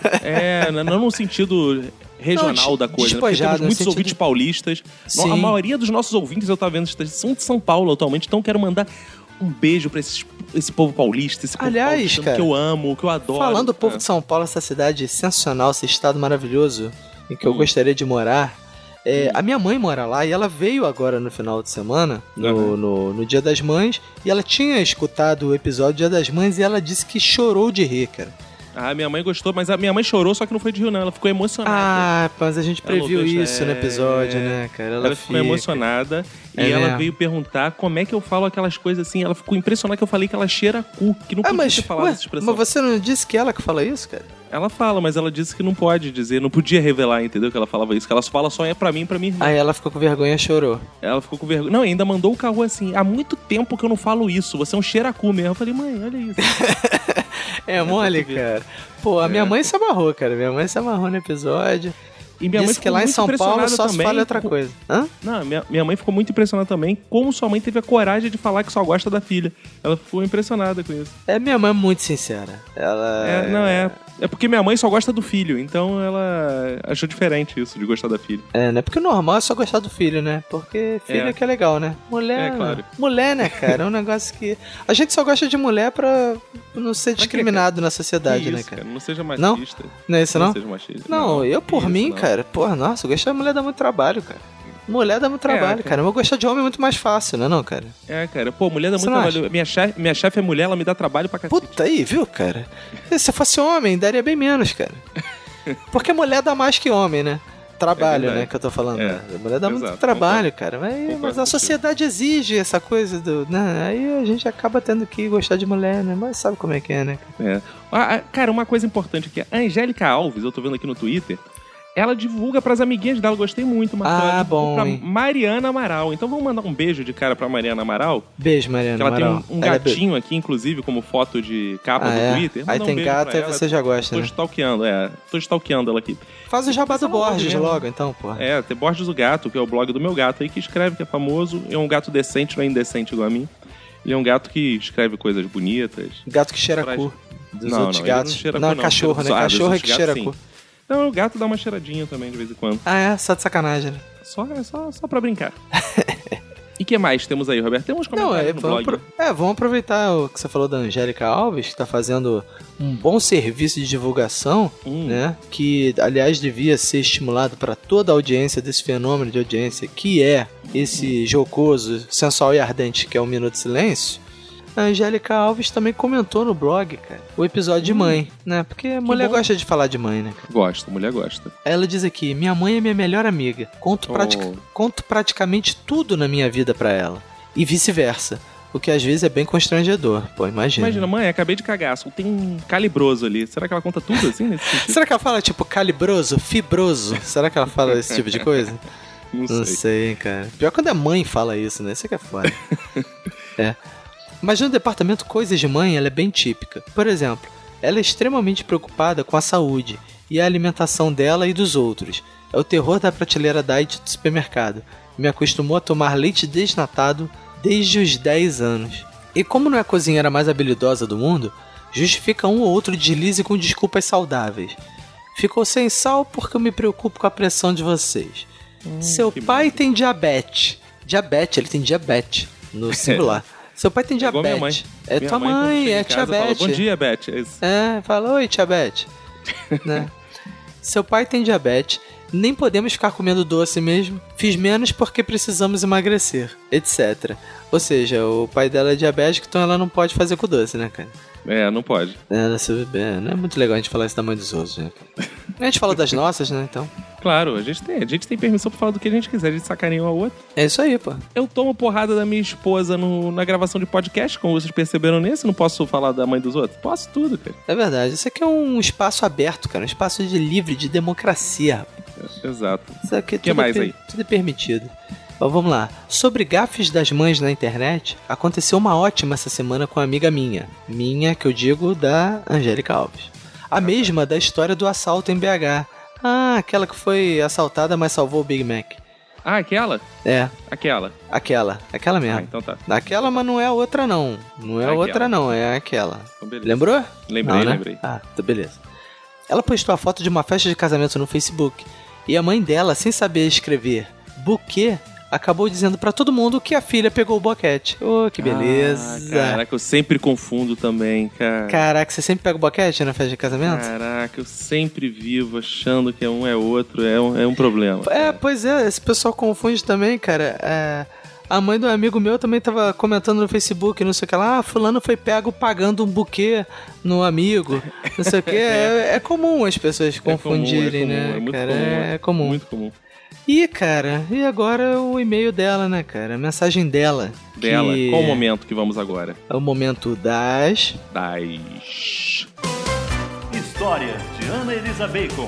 É, não não no sentido regional Não, da coisa, né? Porque despojado, temos no muitos sentido- ouvintes paulistas. Sim. A maioria dos nossos ouvintes, eu tava vendo, são de São Paulo atualmente, então quero mandar um beijo pra esses, esse povo paulista, esse povo Aliás, paulistano cara, que eu amo, que eu adoro. Falando do povo É. de São Paulo, essa cidade sensacional, esse estado maravilhoso em que eu Hum. gostaria de morar. É, a minha mãe mora lá e ela veio agora no final de semana, no, Uhum. no, no Dia das Mães, e ela tinha escutado o episódio Dia das Mães e ela disse que chorou de rir, cara. Ah, minha mãe gostou, mas a minha mãe chorou, só que não foi de rio, não. Ela ficou emocionada. Ah, mas a gente Ela previu ouviu, isso é, no episódio, né, cara? Ela, ficou fica. emocionada É e ela mesmo. veio perguntar como é que eu falo aquelas coisas assim. Ela ficou impressionada que eu falei que ela cheira cu, que não Ah, podia mas, ter falado ué, essa expressão. mas você não disse que ela que fala isso, cara? Ela fala, mas ela disse que não pode dizer, não podia revelar, entendeu? Que ela falava isso, que ela fala só é pra mim e pra minha irmã. Aí ela ficou com vergonha e chorou. Ela ficou com vergonha. Não, ainda mandou o carro assim, há muito tempo que eu não falo isso, você é um cheiracu mesmo. Eu falei, mãe, olha isso. É mole, cara. Pô, a minha É. mãe se amarrou, cara. Minha mãe se amarrou no episódio. E minha mãe Disse que ficou lá em muito São Paulo impressionada só se também fala outra com- coisa. Hã? Não, minha, minha mãe ficou muito impressionada também como sua mãe teve a coragem de falar que só gosta da filha. Ela ficou impressionada com isso. É, minha mãe é muito sincera. Ela... É, não, é. É porque minha mãe só gosta do filho, então ela achou diferente isso, de gostar da filha. É, né? Porque o normal é só gostar do filho, né? Porque filho é, É. que é legal, né? Mulher... É, claro. Mulher, né, cara? É um negócio que... A gente só gosta de mulher pra não ser discriminado na sociedade, Que né, isso, cara? Não seja Não? machista. Não é isso, não? seja machista. Não, eu por Isso, mim, não. cara, porra, nossa, gostar de mulher dá muito trabalho, cara. Mulher dá muito trabalho, cara. cara. Mas gostar de homem é muito mais fácil, não é não, cara? É, cara. Pô, mulher dá Você muito não trabalho. Minha chefe, minha chefe é mulher, ela me dá trabalho pra cacete. Puta aí, viu, cara? Se fosse homem, daria bem menos, cara. Porque mulher dá mais que homem, né? Trabalho, É verdade. né, que eu tô falando. É, né? A mulher dá muito exato, trabalho, cara. Mas, Concordo mas a contigo. sociedade exige essa coisa do. Né? Aí a gente acaba tendo que gostar de mulher, né? Mas sabe como é que é, né? É. Ah, ah, cara, uma coisa importante aqui. A Angélica Alves, eu tô vendo aqui no Twitter, ela divulga pras amiguinhas dela. Gostei muito, Marcelo. Ah, Ela divulgou bom, Pra hein? Mariana Amaral. Então vamos mandar um beijo de cara pra Mariana Amaral. Beijo, Mariana. Que ela Amaral. tem um, um Ela é gatinho aqui, inclusive, como foto de capa Ah, do é? Twitter. Aí Mandar um tem beijo gato, pra aí ela. você já gosta, Tô né? stalkeando, é. Tô stalkeando ela aqui. Faz o jabá do Essa é uma Borges mesmo. logo, então, porra. É, tem Borges o Gato, que é o blog do meu gato aí, que escreve, que é famoso. É um gato decente, não é indecente igual a mim. Ele é um gato que escreve coisas bonitas. Gato que cheira Traz- cu. Dos Não, outros não, ele não gatos. cheira Não, cu, é não. cachorro, né? Ah, dos Cachorro é outros que cheira gatos, cu. sim. Então o gato dá uma cheiradinha também de vez em quando. Ah, é? Só de sacanagem, né? Só, só, só pra brincar. E o que mais temos aí, Roberto? Temos comentários Não, é, no vamos blog. pro- é, vamos aproveitar o que você falou da Angélica Alves, que tá fazendo um bom serviço de divulgação, Hum. né? Que, aliás, devia ser estimulado para toda a audiência desse fenômeno de audiência, que é esse jocoso, sensual e ardente, que é o Minuto de Silêncio. A Angélica Alves também comentou no blog, cara, o episódio de mãe, né? Porque a mulher bom. gosta de falar de mãe, né? Gosta, mulher gosta. Aí ela diz aqui: minha mãe é minha melhor amiga. Conto, Oh. pratica- conto praticamente tudo na minha vida pra ela. E vice-versa. O que às vezes é bem constrangedor. Pô, imagina. Imagina, mãe, acabei de cagar, só tem um calibroso ali. Será que ela conta tudo assim nesse sentido? Será que ela fala tipo calibroso, fibroso? Será que ela fala esse tipo de coisa? Não Não sei. sei, hein, cara. Pior quando a mãe fala isso, né? Isso que é foda. É. Mas no departamento Coisas de Mãe, ela é bem típica. Por exemplo, ela é extremamente preocupada com a saúde e a alimentação dela e dos outros. É o terror da prateleira diet do supermercado. Me acostumou a tomar leite desnatado desde os dez anos. E como não é a cozinheira mais habilidosa do mundo, justifica um ou outro deslize com desculpas saudáveis. Ficou sem sal porque eu me preocupo com a pressão de vocês. Seu que pai tem diabetes. Diabetes, ele tem diabetes no singular. Seu pai tem É igual minha diabetes. mãe. É Minha tua mãe, quando mãe, chega é em casa, fala, diabetes. Bom dia, Beth. É isso. É, fala, oi, diabetes. Né? Seu pai tem diabetes, nem podemos ficar comendo doce mesmo. Fiz menos porque precisamos emagrecer, etcétera. Ou seja, o pai dela é diabético, então ela não pode fazer com doce, né, cara? É, não pode. É, não é muito legal a gente falar isso da mãe dos outros, né, cara? A gente fala das nossas, né, então. Claro, a gente tem, a gente tem permissão pra falar do que a gente quiser, a gente sacaneia um ao outro. É isso aí, pô. Eu tomo porrada da minha esposa no- na gravação de podcast, como vocês perceberam nesse, não posso falar da mãe dos outros? Posso tudo, cara. É verdade. Isso aqui é um espaço aberto, cara. Um espaço de livre, de democracia, rapaz. É, exato. Isso aqui Que tudo mais é per- aí? Tudo é permitido. Bom, vamos lá. Sobre gafes das mães na internet, aconteceu uma ótima essa semana com uma amiga minha. Minha, que eu digo, da Angélica Alves. A mesma da história do assalto em B H. Ah, aquela que foi assaltada, mas salvou o Big Mac. Ah, aquela? É, Aquela. aquela. Aquela mesmo. Ah, então tá. Aquela, mas não é a outra, não. Não é a Aquela. outra, não. É aquela. Então, beleza. Lembrou? Lembrei, Não, né? lembrei. Ah, tá, beleza. Ela postou a foto de uma festa de casamento no Facebook. E a mãe dela, sem saber escrever buquê, acabou dizendo pra todo mundo que a filha pegou o boquete. Ô, que beleza. Ah, caraca, eu sempre confundo também, cara. Caraca, você sempre pega o boquete na festa de casamento? Caraca, eu sempre vivo achando que um é outro, é um, é um problema. É, pois é, esse pessoal confunde também, cara. É, a mãe de um amigo meu também tava comentando no Facebook, não sei o que lá, ah, fulano foi pego pagando um buquê no amigo, não sei o que. É, é comum as pessoas confundirem, comum, é comum, né, é muito cara? comum, é comum. Muito comum. E, cara, e agora o e-mail dela, né, cara? A mensagem dela. Dela, que qual o momento que vamos agora? É o momento das... Das... Histórias de Ana Elisa Bacon.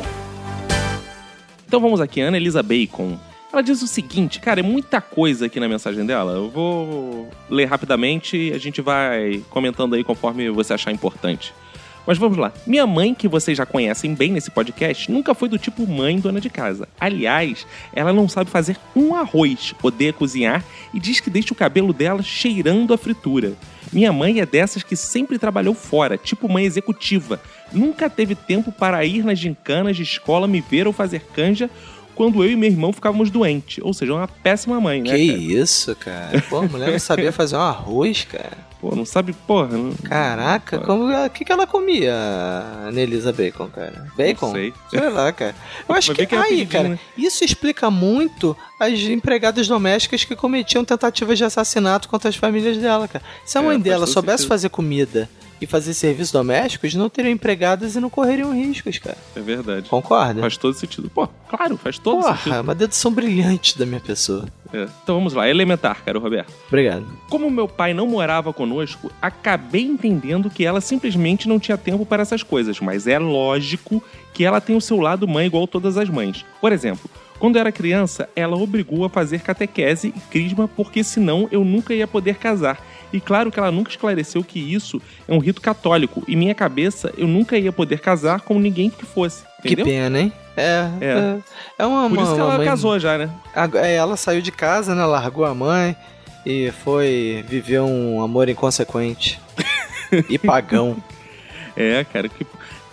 Então vamos aqui, Ana Elisa Bacon. Ela diz o seguinte, cara, é muita coisa aqui na mensagem dela. Eu vou ler rapidamente e a gente vai comentando aí conforme você achar importante. Mas vamos lá. Minha mãe, que vocês já conhecem bem nesse podcast, nunca foi do tipo mãe dona de casa. Aliás, ela não sabe fazer um arroz, odeia cozinhar e diz que deixa o cabelo dela cheirando a fritura. Minha mãe é dessas que sempre trabalhou fora, tipo mãe executiva. Nunca teve tempo para ir nas gincanas de escola me ver ou fazer canja quando eu e meu irmão ficávamos doentes. Ou seja, uma péssima mãe, né, Que cara? isso, cara? Pô, a mulher não sabia fazer um arroz, cara. Pô, não sabe, porra. Não... Caraca, como, o que, que ela comia, a Anelisa Bacon, cara? Bacon? Não sei. Sei lá, cara. Eu acho Vai que, ver que é aí, apelidinho, cara, né? isso explica muito as empregadas domésticas que cometiam tentativas de assassinato contra as famílias dela, cara. Se a É, mãe faz dela todo soubesse sentido. fazer comida e fazer serviços domésticos, não teriam empregadas e não correriam riscos, cara. É verdade. Concorda? Faz todo sentido. Pô, claro, faz todo Porra, sentido. uma dedução brilhante da minha pessoa. É. Então vamos lá, elementar, cara, Roberto. Obrigado. Como meu pai não morava conosco, acabei entendendo que ela simplesmente não tinha tempo para essas coisas, mas é lógico que ela tem o seu lado mãe igual todas as mães. Por exemplo, quando eu era criança, ela obrigou a fazer catequese e crisma porque senão eu nunca ia poder casar. E claro que ela nunca esclareceu que isso é um rito católico e minha cabeça eu nunca ia poder casar com ninguém que fosse. Entendeu? Que pena, hein? É, É. é, é uma Por isso uma- que ela uma mãe- casou já, né? Ag- é, ela saiu de casa, né? Largou a mãe e foi viver um amor inconsequente e pagão. É, cara, que...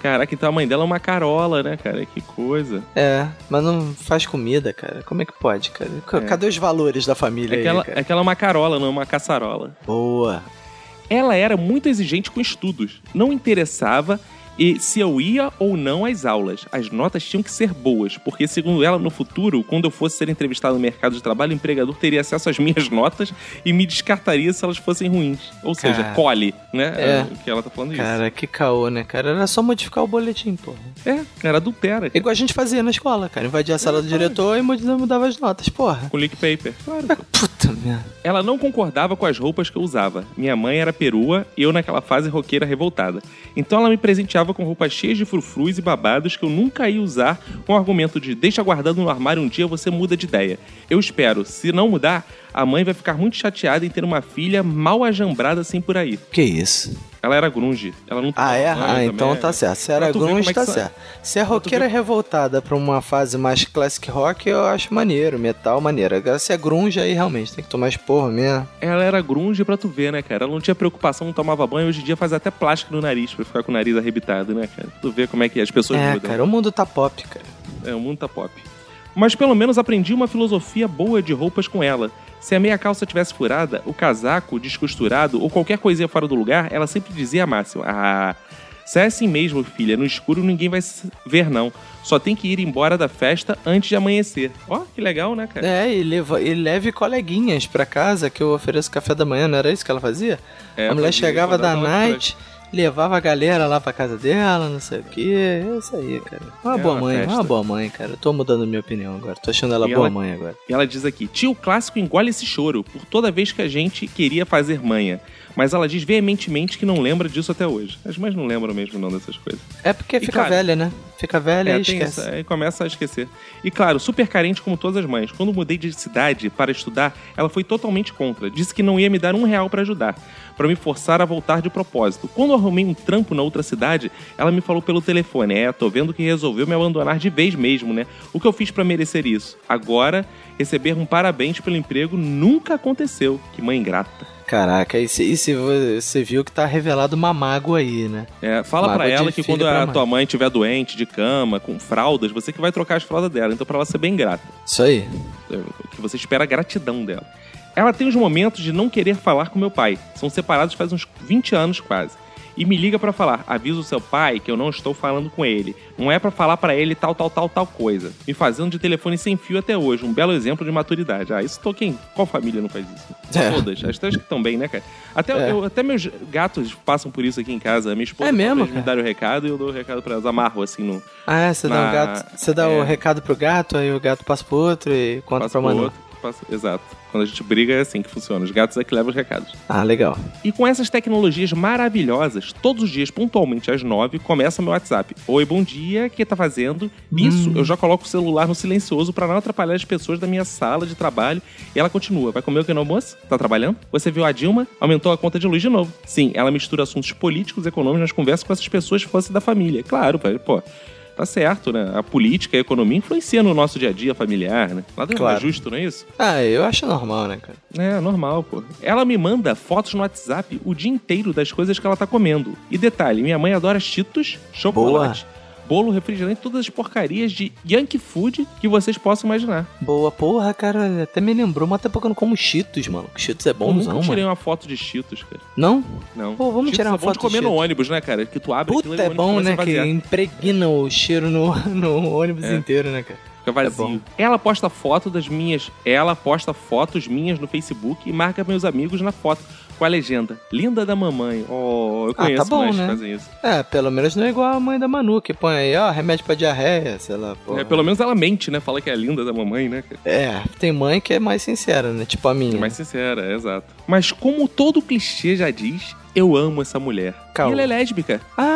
Caraca, então a mãe dela é uma carola, né, cara? Que coisa. É, mas não faz comida, cara. Como é que pode, cara? C- É. Cadê os valores da família É aí, que, ela, cara? é que ela é uma carola, não é uma caçarola. Boa. Ela era muito exigente com estudos. Não interessava e se eu ia ou não às aulas. As notas tinham que ser boas, porque, segundo ela, no futuro, quando eu fosse ser entrevistado no mercado de trabalho, o empregador teria acesso às minhas notas e me descartaria se elas fossem ruins. Ou seja, Cara. cole, né? É. O que ela tá falando isso. Cara, que caô, né, cara? Era só modificar o boletim, porra. É, cara, adultera. Igual a gente fazia na escola, cara. Invadia a sala do diretor e mudava mudava as notas, porra. Com leak paper. Claro. Puta merda. Ela não concordava com as roupas que eu usava. Minha mãe era perua e eu naquela fase roqueira revoltada. Então ela me presenteava com roupas cheias de frufrus e babados que eu nunca ia usar, com o argumento de deixa guardado no armário, um dia você muda de ideia. Eu espero, se não mudar, a mãe vai ficar muito chateada em ter uma filha mal ajambrada assim por aí. Que isso? Ela era grunge. Ela não Ah, é? Ela Ah, também então é- tá certo. Se era Pra tu ver grunge, como é que tá isso- certo. Se é Pra tu roqueira ver- revoltada pra uma fase mais classic rock, eu acho maneiro. Metal, maneiro. Agora, se é grunge, aí realmente tem que tomar esporro mesmo. Ela era grunge pra tu ver, né, cara? Ela não tinha preocupação, não tomava banho. Hoje em dia faz até plástico no nariz pra ficar com o nariz arrebitado, né, cara? Tu vê como é que as pessoas É, mudam. cara, o mundo tá pop, cara. É, o mundo tá pop. Mas pelo menos aprendi uma filosofia boa de roupas com ela. Se a meia calça tivesse furada, o casaco descosturado ou qualquer coisinha fora do lugar, ela sempre dizia a máxima: ah, se é assim mesmo, filha, no escuro ninguém vai se ver não. Só tem que ir embora da festa antes de amanhecer. Ó, que legal, né, cara? É, e, leva, e leve coleguinhas pra casa que eu ofereço café da manhã, não era isso que ela fazia? É, a mulher fazia, chegava da mandava ela de night, levava a galera lá pra casa dela, não sei o que. É isso aí, cara. Uma É boa uma mãe, festa. uma boa mãe, cara. Eu tô mudando minha opinião agora. Tô achando ela E boa ela- mãe agora. E ela diz aqui: tio clássico engole esse choro por toda vez que a gente queria fazer manha. Mas ela diz veementemente que não lembra disso até hoje. As mães não lembram mesmo não dessas coisas. É porque E, fica cara, velha, né? Fica velha É, e tem esquece. isso, aí começa a esquecer. E claro, super carente como todas as mães. Quando mudei de cidade para estudar, ela foi totalmente contra. Disse que não ia me dar um real para ajudar, para me forçar a voltar de propósito. Quando eu arrumei um trampo na outra cidade, ela me falou pelo telefone: é, tô vendo que resolveu me abandonar de vez mesmo, né? O que eu fiz para merecer isso? Agora, receber um parabéns pelo emprego nunca aconteceu. Que mãe ingrata. Caraca, e se, e se você viu que tá revelado uma mágoa aí, né? É, fala Mágoa pra ela de que filho quando pra a mãe. tua mãe estiver doente, de cama, com fraldas, você que vai trocar as fraldas dela. Então pra ela ser bem grata. Isso aí. Que você espera a gratidão dela. Ela tem os momentos de não querer falar com meu pai. São separados faz uns vinte anos quase. E me liga pra falar: avisa o seu pai que eu não estou falando com ele. Não é pra falar pra ele tal, tal, tal, tal coisa. Me fazendo de telefone sem fio até hoje. Um belo exemplo de maturidade. Ah, isso tô quem? Qual família não faz isso? É. Todas. As três que estão bem, né, cara? Até, É. eu, até meus gatos passam por isso aqui em casa. Minha esposa É mesmo, talvez me cara? dar o recado e eu dou o recado pra elas. Amarro assim no... Ah, é, você dá Na- o gato. Você dá é. o recado pro gato, aí o gato passa pro outro e conta passo pra pro Manu. outro, passo- Exato. Quando a gente briga é assim que funciona. Os gatos é que levam os recados. Ah, legal. E com essas tecnologias maravilhosas, todos os dias, pontualmente às nove, começa meu WhatsApp. Oi, bom dia, o que tá fazendo? Nisso, Hum. eu já coloco o celular no silencioso pra não atrapalhar as pessoas da minha sala de trabalho. E ela continua: vai comer o que no almoço? Tá trabalhando? Você viu a Dilma? Aumentou a conta de luz de novo. Sim, ela mistura assuntos políticos, econômicos nas conversas com essas pessoas que fossem da família. Claro, pô. Tá certo, né? A política e a economia influenciam no nosso dia a dia familiar, né? Nada Claro. é justo, não é isso? Ah, eu acho normal, né, cara? É, normal, pô. Ela me manda fotos no WhatsApp o dia inteiro das coisas que ela tá comendo. E detalhe, minha mãe adora Cheetos, chocolate, bolo, refrigerante, todas as porcarias de Yankee Food que vocês possam imaginar. Boa, porra, cara, até me lembrou, mas até porque eu não como Cheetos, mano. Cheetos é Eu bonzão, nunca tirei mano. uma foto de Cheetos, cara. Não? Não. Pô, vamos Cheetos tirar uma é bom foto de comer de no Cheetos. ônibus, né, cara? Que tu abre aquilo Puta, e o é ônibus bom, começa né? a Que vaziar. impregna o cheiro no, no ônibus É. inteiro, né, cara? Fica vazio. É bom. Ela posta foto das minhas. Ela posta fotos minhas no Facebook e marca meus amigos na foto com a legenda: linda da mamãe. Oh, eu Ah, conheço tá bom, mães que né? fazem isso. É, pelo menos não é igual a mãe da Manu, que põe aí, ó, remédio pra diarreia, sei lá, porra. É, pelo menos ela mente, né? Fala que é linda da mamãe, né, cara? É, tem mãe que é mais sincera, né? Tipo a minha. Mais sincera, é, exato. Mas como todo clichê já diz, eu amo essa mulher. Calma. E ela é lésbica.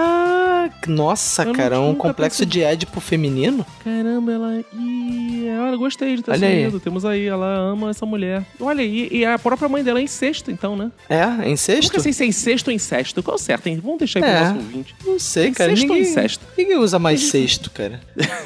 Ah, nossa, Eu cara, é um nunca complexo pensei- de Édipo feminino? Caramba, ela... Ih, eu gostei de ter Olha aí. sumido. Temos aí, ela ama essa mulher. Olha, e, e a própria mãe dela é incesto, então, né? É, incesto? Nunca sei se é incesto ou incesto. Qual é o certo, hein? Vamos deixar aí pro É. nosso ouvinte. Não sei, cara. Incesto ou Ninguém, incesto? ninguém usa mais cesto, cara.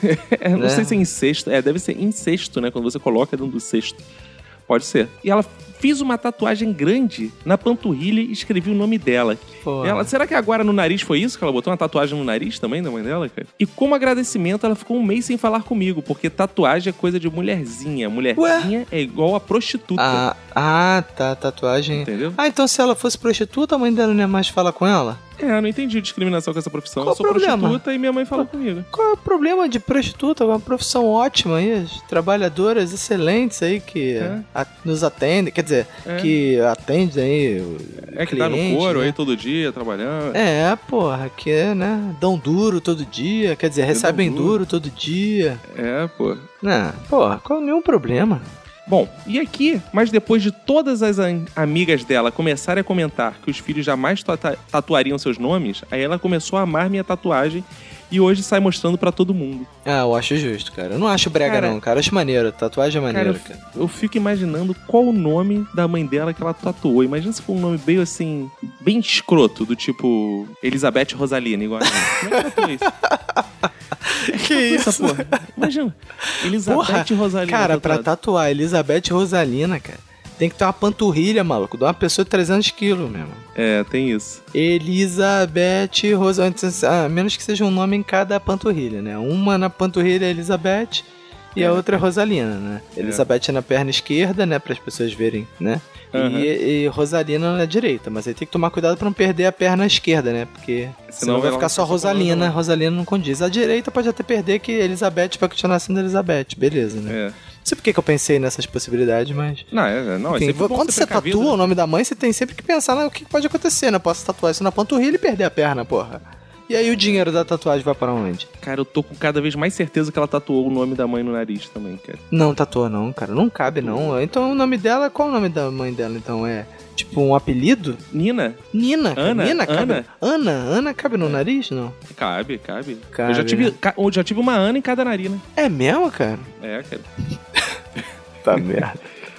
É, não É. sei se é incesto. É, deve ser incesto, né? Quando você coloca dentro do cesto. Pode ser. E ela fiz uma tatuagem grande na panturrilha e escrevi o nome dela. Pô. Ela, será que agora no nariz foi isso? Que ela botou uma tatuagem no nariz também da mãe dela, cara? E como agradecimento, ela ficou um mês sem falar comigo, porque tatuagem é coisa de mulherzinha. Mulherzinha Ué? é igual a prostituta. Ah, ah, tá, tatuagem. Entendeu? Ah, então se ela fosse prostituta, a mãe dela não ia mais falar com ela? É, eu não entendi discriminação com essa profissão. Qual eu sou problema? prostituta e minha mãe fala comigo. Qual é o problema de prostituta? É uma profissão ótima aí, trabalhadoras excelentes aí que É. a- nos atendem, quer dizer, É. que atendem aí o É que tá no cliente, couro né? aí todo dia, trabalhando. É, porra, que é, né? Dão duro todo dia, quer dizer, recebem duro. duro todo dia. É, pô. Né? Porra, qual nenhum problema? Bom, e aqui, mas depois de todas as an- amigas dela começarem a comentar que os filhos jamais tata- tatuariam seus nomes, aí ela começou a amar minha tatuagem e hoje sai mostrando pra todo mundo. Ah, eu acho justo, cara. Eu não acho brega, Cara, não, cara. Eu acho maneiro. Tatuagem é maneiro, Cara, cara. eu, eu fico imaginando qual o nome da mãe dela que ela tatuou. Imagina se for um nome bem assim, bem escroto, do tipo Elizabeth Rosalina, igual a mim. Como é que tatuou isso? Que Essa isso? porra. Imagina. Elizabeth Porra, Rosalina. cara, pra tatuada. tatuar Elizabeth Rosalina, cara, tem que ter uma panturrilha, maluco, de uma pessoa de trezentos quilos mesmo. É, tem isso. Elizabeth Rosalina, a menos que seja um nome em cada panturrilha, né? Uma na panturrilha é Elizabeth e a outra é Rosalina, né? Elizabeth é na perna esquerda, né? Para as pessoas verem, né? Uhum. E, e Rosalina na direita, mas aí tem que tomar cuidado pra não perder a perna esquerda, né? Porque senão, Senão vai ela ficar vai só ficar só Rosalina, com Rosalina não condiz. A direita pode até perder que Elizabeth vai continuar sendo Elizabeth, beleza, né? É. Não sei por que que eu pensei nessas possibilidades, mas... Não, é, não, é Enfim, sempre bom quando ser você precavido, tatua né? o nome da mãe, você tem sempre que pensar no que pode acontecer, né? Eu posso tatuar isso na panturrilha e perder a perna, porra. E aí o dinheiro da tatuagem vai para onde? Cara, eu tô com cada vez mais certeza que ela tatuou o nome da mãe no nariz também, cara. Não tatua não, cara. Não cabe não. Então o nome dela, qual o nome da mãe dela então? É tipo um apelido? Nina? Nina, cara. Ana? Nina cabe. Ana? Ana, Ana cabe no nariz, não? Cabe, cabe. Cabe, eu já tive, né? ca- eu já tive uma Ana em cada narina. É mesmo, cara? É, cara. Tá merda.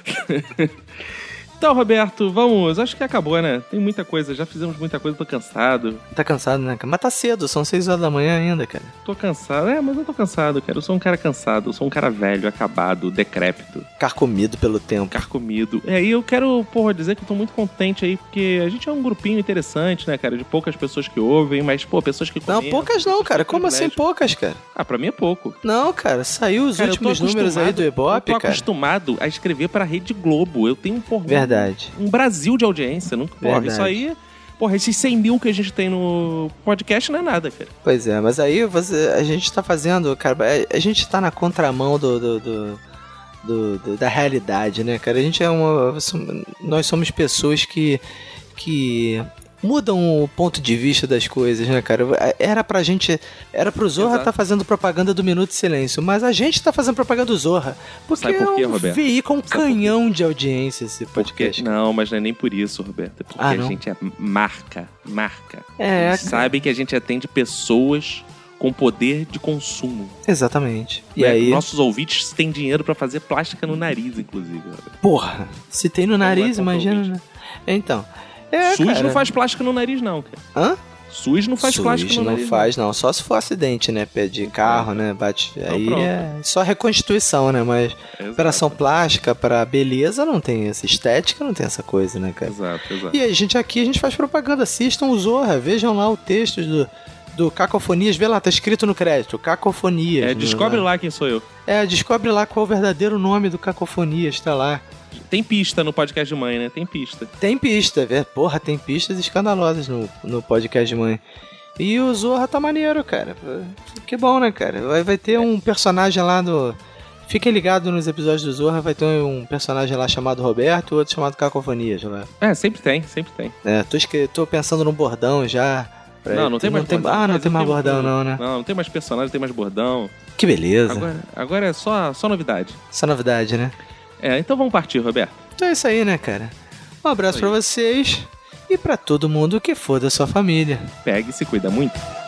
Então, Roberto, vamos. Acho que acabou, né? Tem muita coisa, já fizemos muita coisa, tô cansado. Tá cansado, né, cara? Mas tá cedo, são seis horas da manhã ainda, cara. Tô cansado. É, mas eu tô cansado, cara. Eu sou um cara cansado, eu sou um cara velho, acabado, decrépito. Carcomido pelo tempo. Carcomido. É, e eu quero, porra, dizer que eu tô muito contente aí, porque a gente é um grupinho interessante, né, cara? De poucas pessoas que ouvem, mas, pô, pessoas que Não, comentam, poucas não, pessoas cara. que Como assim privilégios. poucas, cara? Ah, pra mim é pouco. Não, cara. Saiu os Cara, eu tô últimos números aí do acostumado- Ibope, Eu tô cara. acostumado a escrever pra Rede Globo. Eu tenho, porra, Verdade. um Brasil de audiência. Não, porra, Verdade. isso aí... Porra, esses cem mil que a gente tem no podcast não é nada, cara. Pois é, mas aí você, a gente tá fazendo, cara, a gente tá na contramão do, do, do, do- do- da realidade, né, cara? A gente é uma. Nós somos pessoas que. que mudam o ponto de vista das coisas, né, cara? Era pra gente. Era pro Zorra Exato. tá fazendo propaganda do Minuto de Silêncio, mas a gente tá fazendo propaganda do Zorra. Porque Sabe por quê, é um Roberto? veículo, um Sabe por quê? canhão de audiência esse Porque, podcast. não, mas não é nem por isso, Roberto. É porque Ah, a não? gente é marca. Marca. É, Eles cara. sabem que a gente atende pessoas com poder de consumo. Exatamente. E Né? aí. Nossos ouvintes têm dinheiro pra fazer plástica no nariz, inclusive. Roberto. Porra, se tem no nariz, é imagina. contra o Né? Então. É, SUS cara. não faz plástica no nariz, não, cara. Hã? SUS não faz SUS plástica no não nariz. faz, não. Só se for acidente, né? Pé de carro, né? Bate. Então aí pronto. é só reconstituição, né? Mas Exato. operação plástica pra beleza não tem essa estética, não tem essa coisa, né, cara? Exato, exato. E a gente aqui, a gente faz propaganda. Assistam o Zorra, vejam lá o texto do, do Cacofonias. Vê lá, tá escrito no crédito, Cacofonias. É, né? descobre lá quem sou eu. É, descobre lá qual é o verdadeiro nome do Cacofonias, tá lá. Tem pista no podcast de mãe, né? Tem pista. Tem pista, é, porra, tem pistas escandalosas no, no podcast de mãe. E o Zorra tá maneiro, cara. Que bom, né, cara? Vai, vai ter um personagem lá do... Fiquem ligados nos episódios do Zorra, vai ter um personagem lá chamado Roberto e outro chamado Cacofonias lá. É, sempre tem, sempre tem. É, tô, esque... tô pensando num bordão já. pra- Não, não tem mais bordão. Ah, não Mas tem eu mais tenho- bordão não, né? Não, não tem mais personagem, tem mais bordão. Que beleza. Agora, agora é só, só novidade. Essa novidade, né? É, então vamos partir, Roberto. Então é isso aí, né, cara? Um abraço Isso pra aí. vocês e pra todo mundo que for da sua família. Pegue e se cuida muito.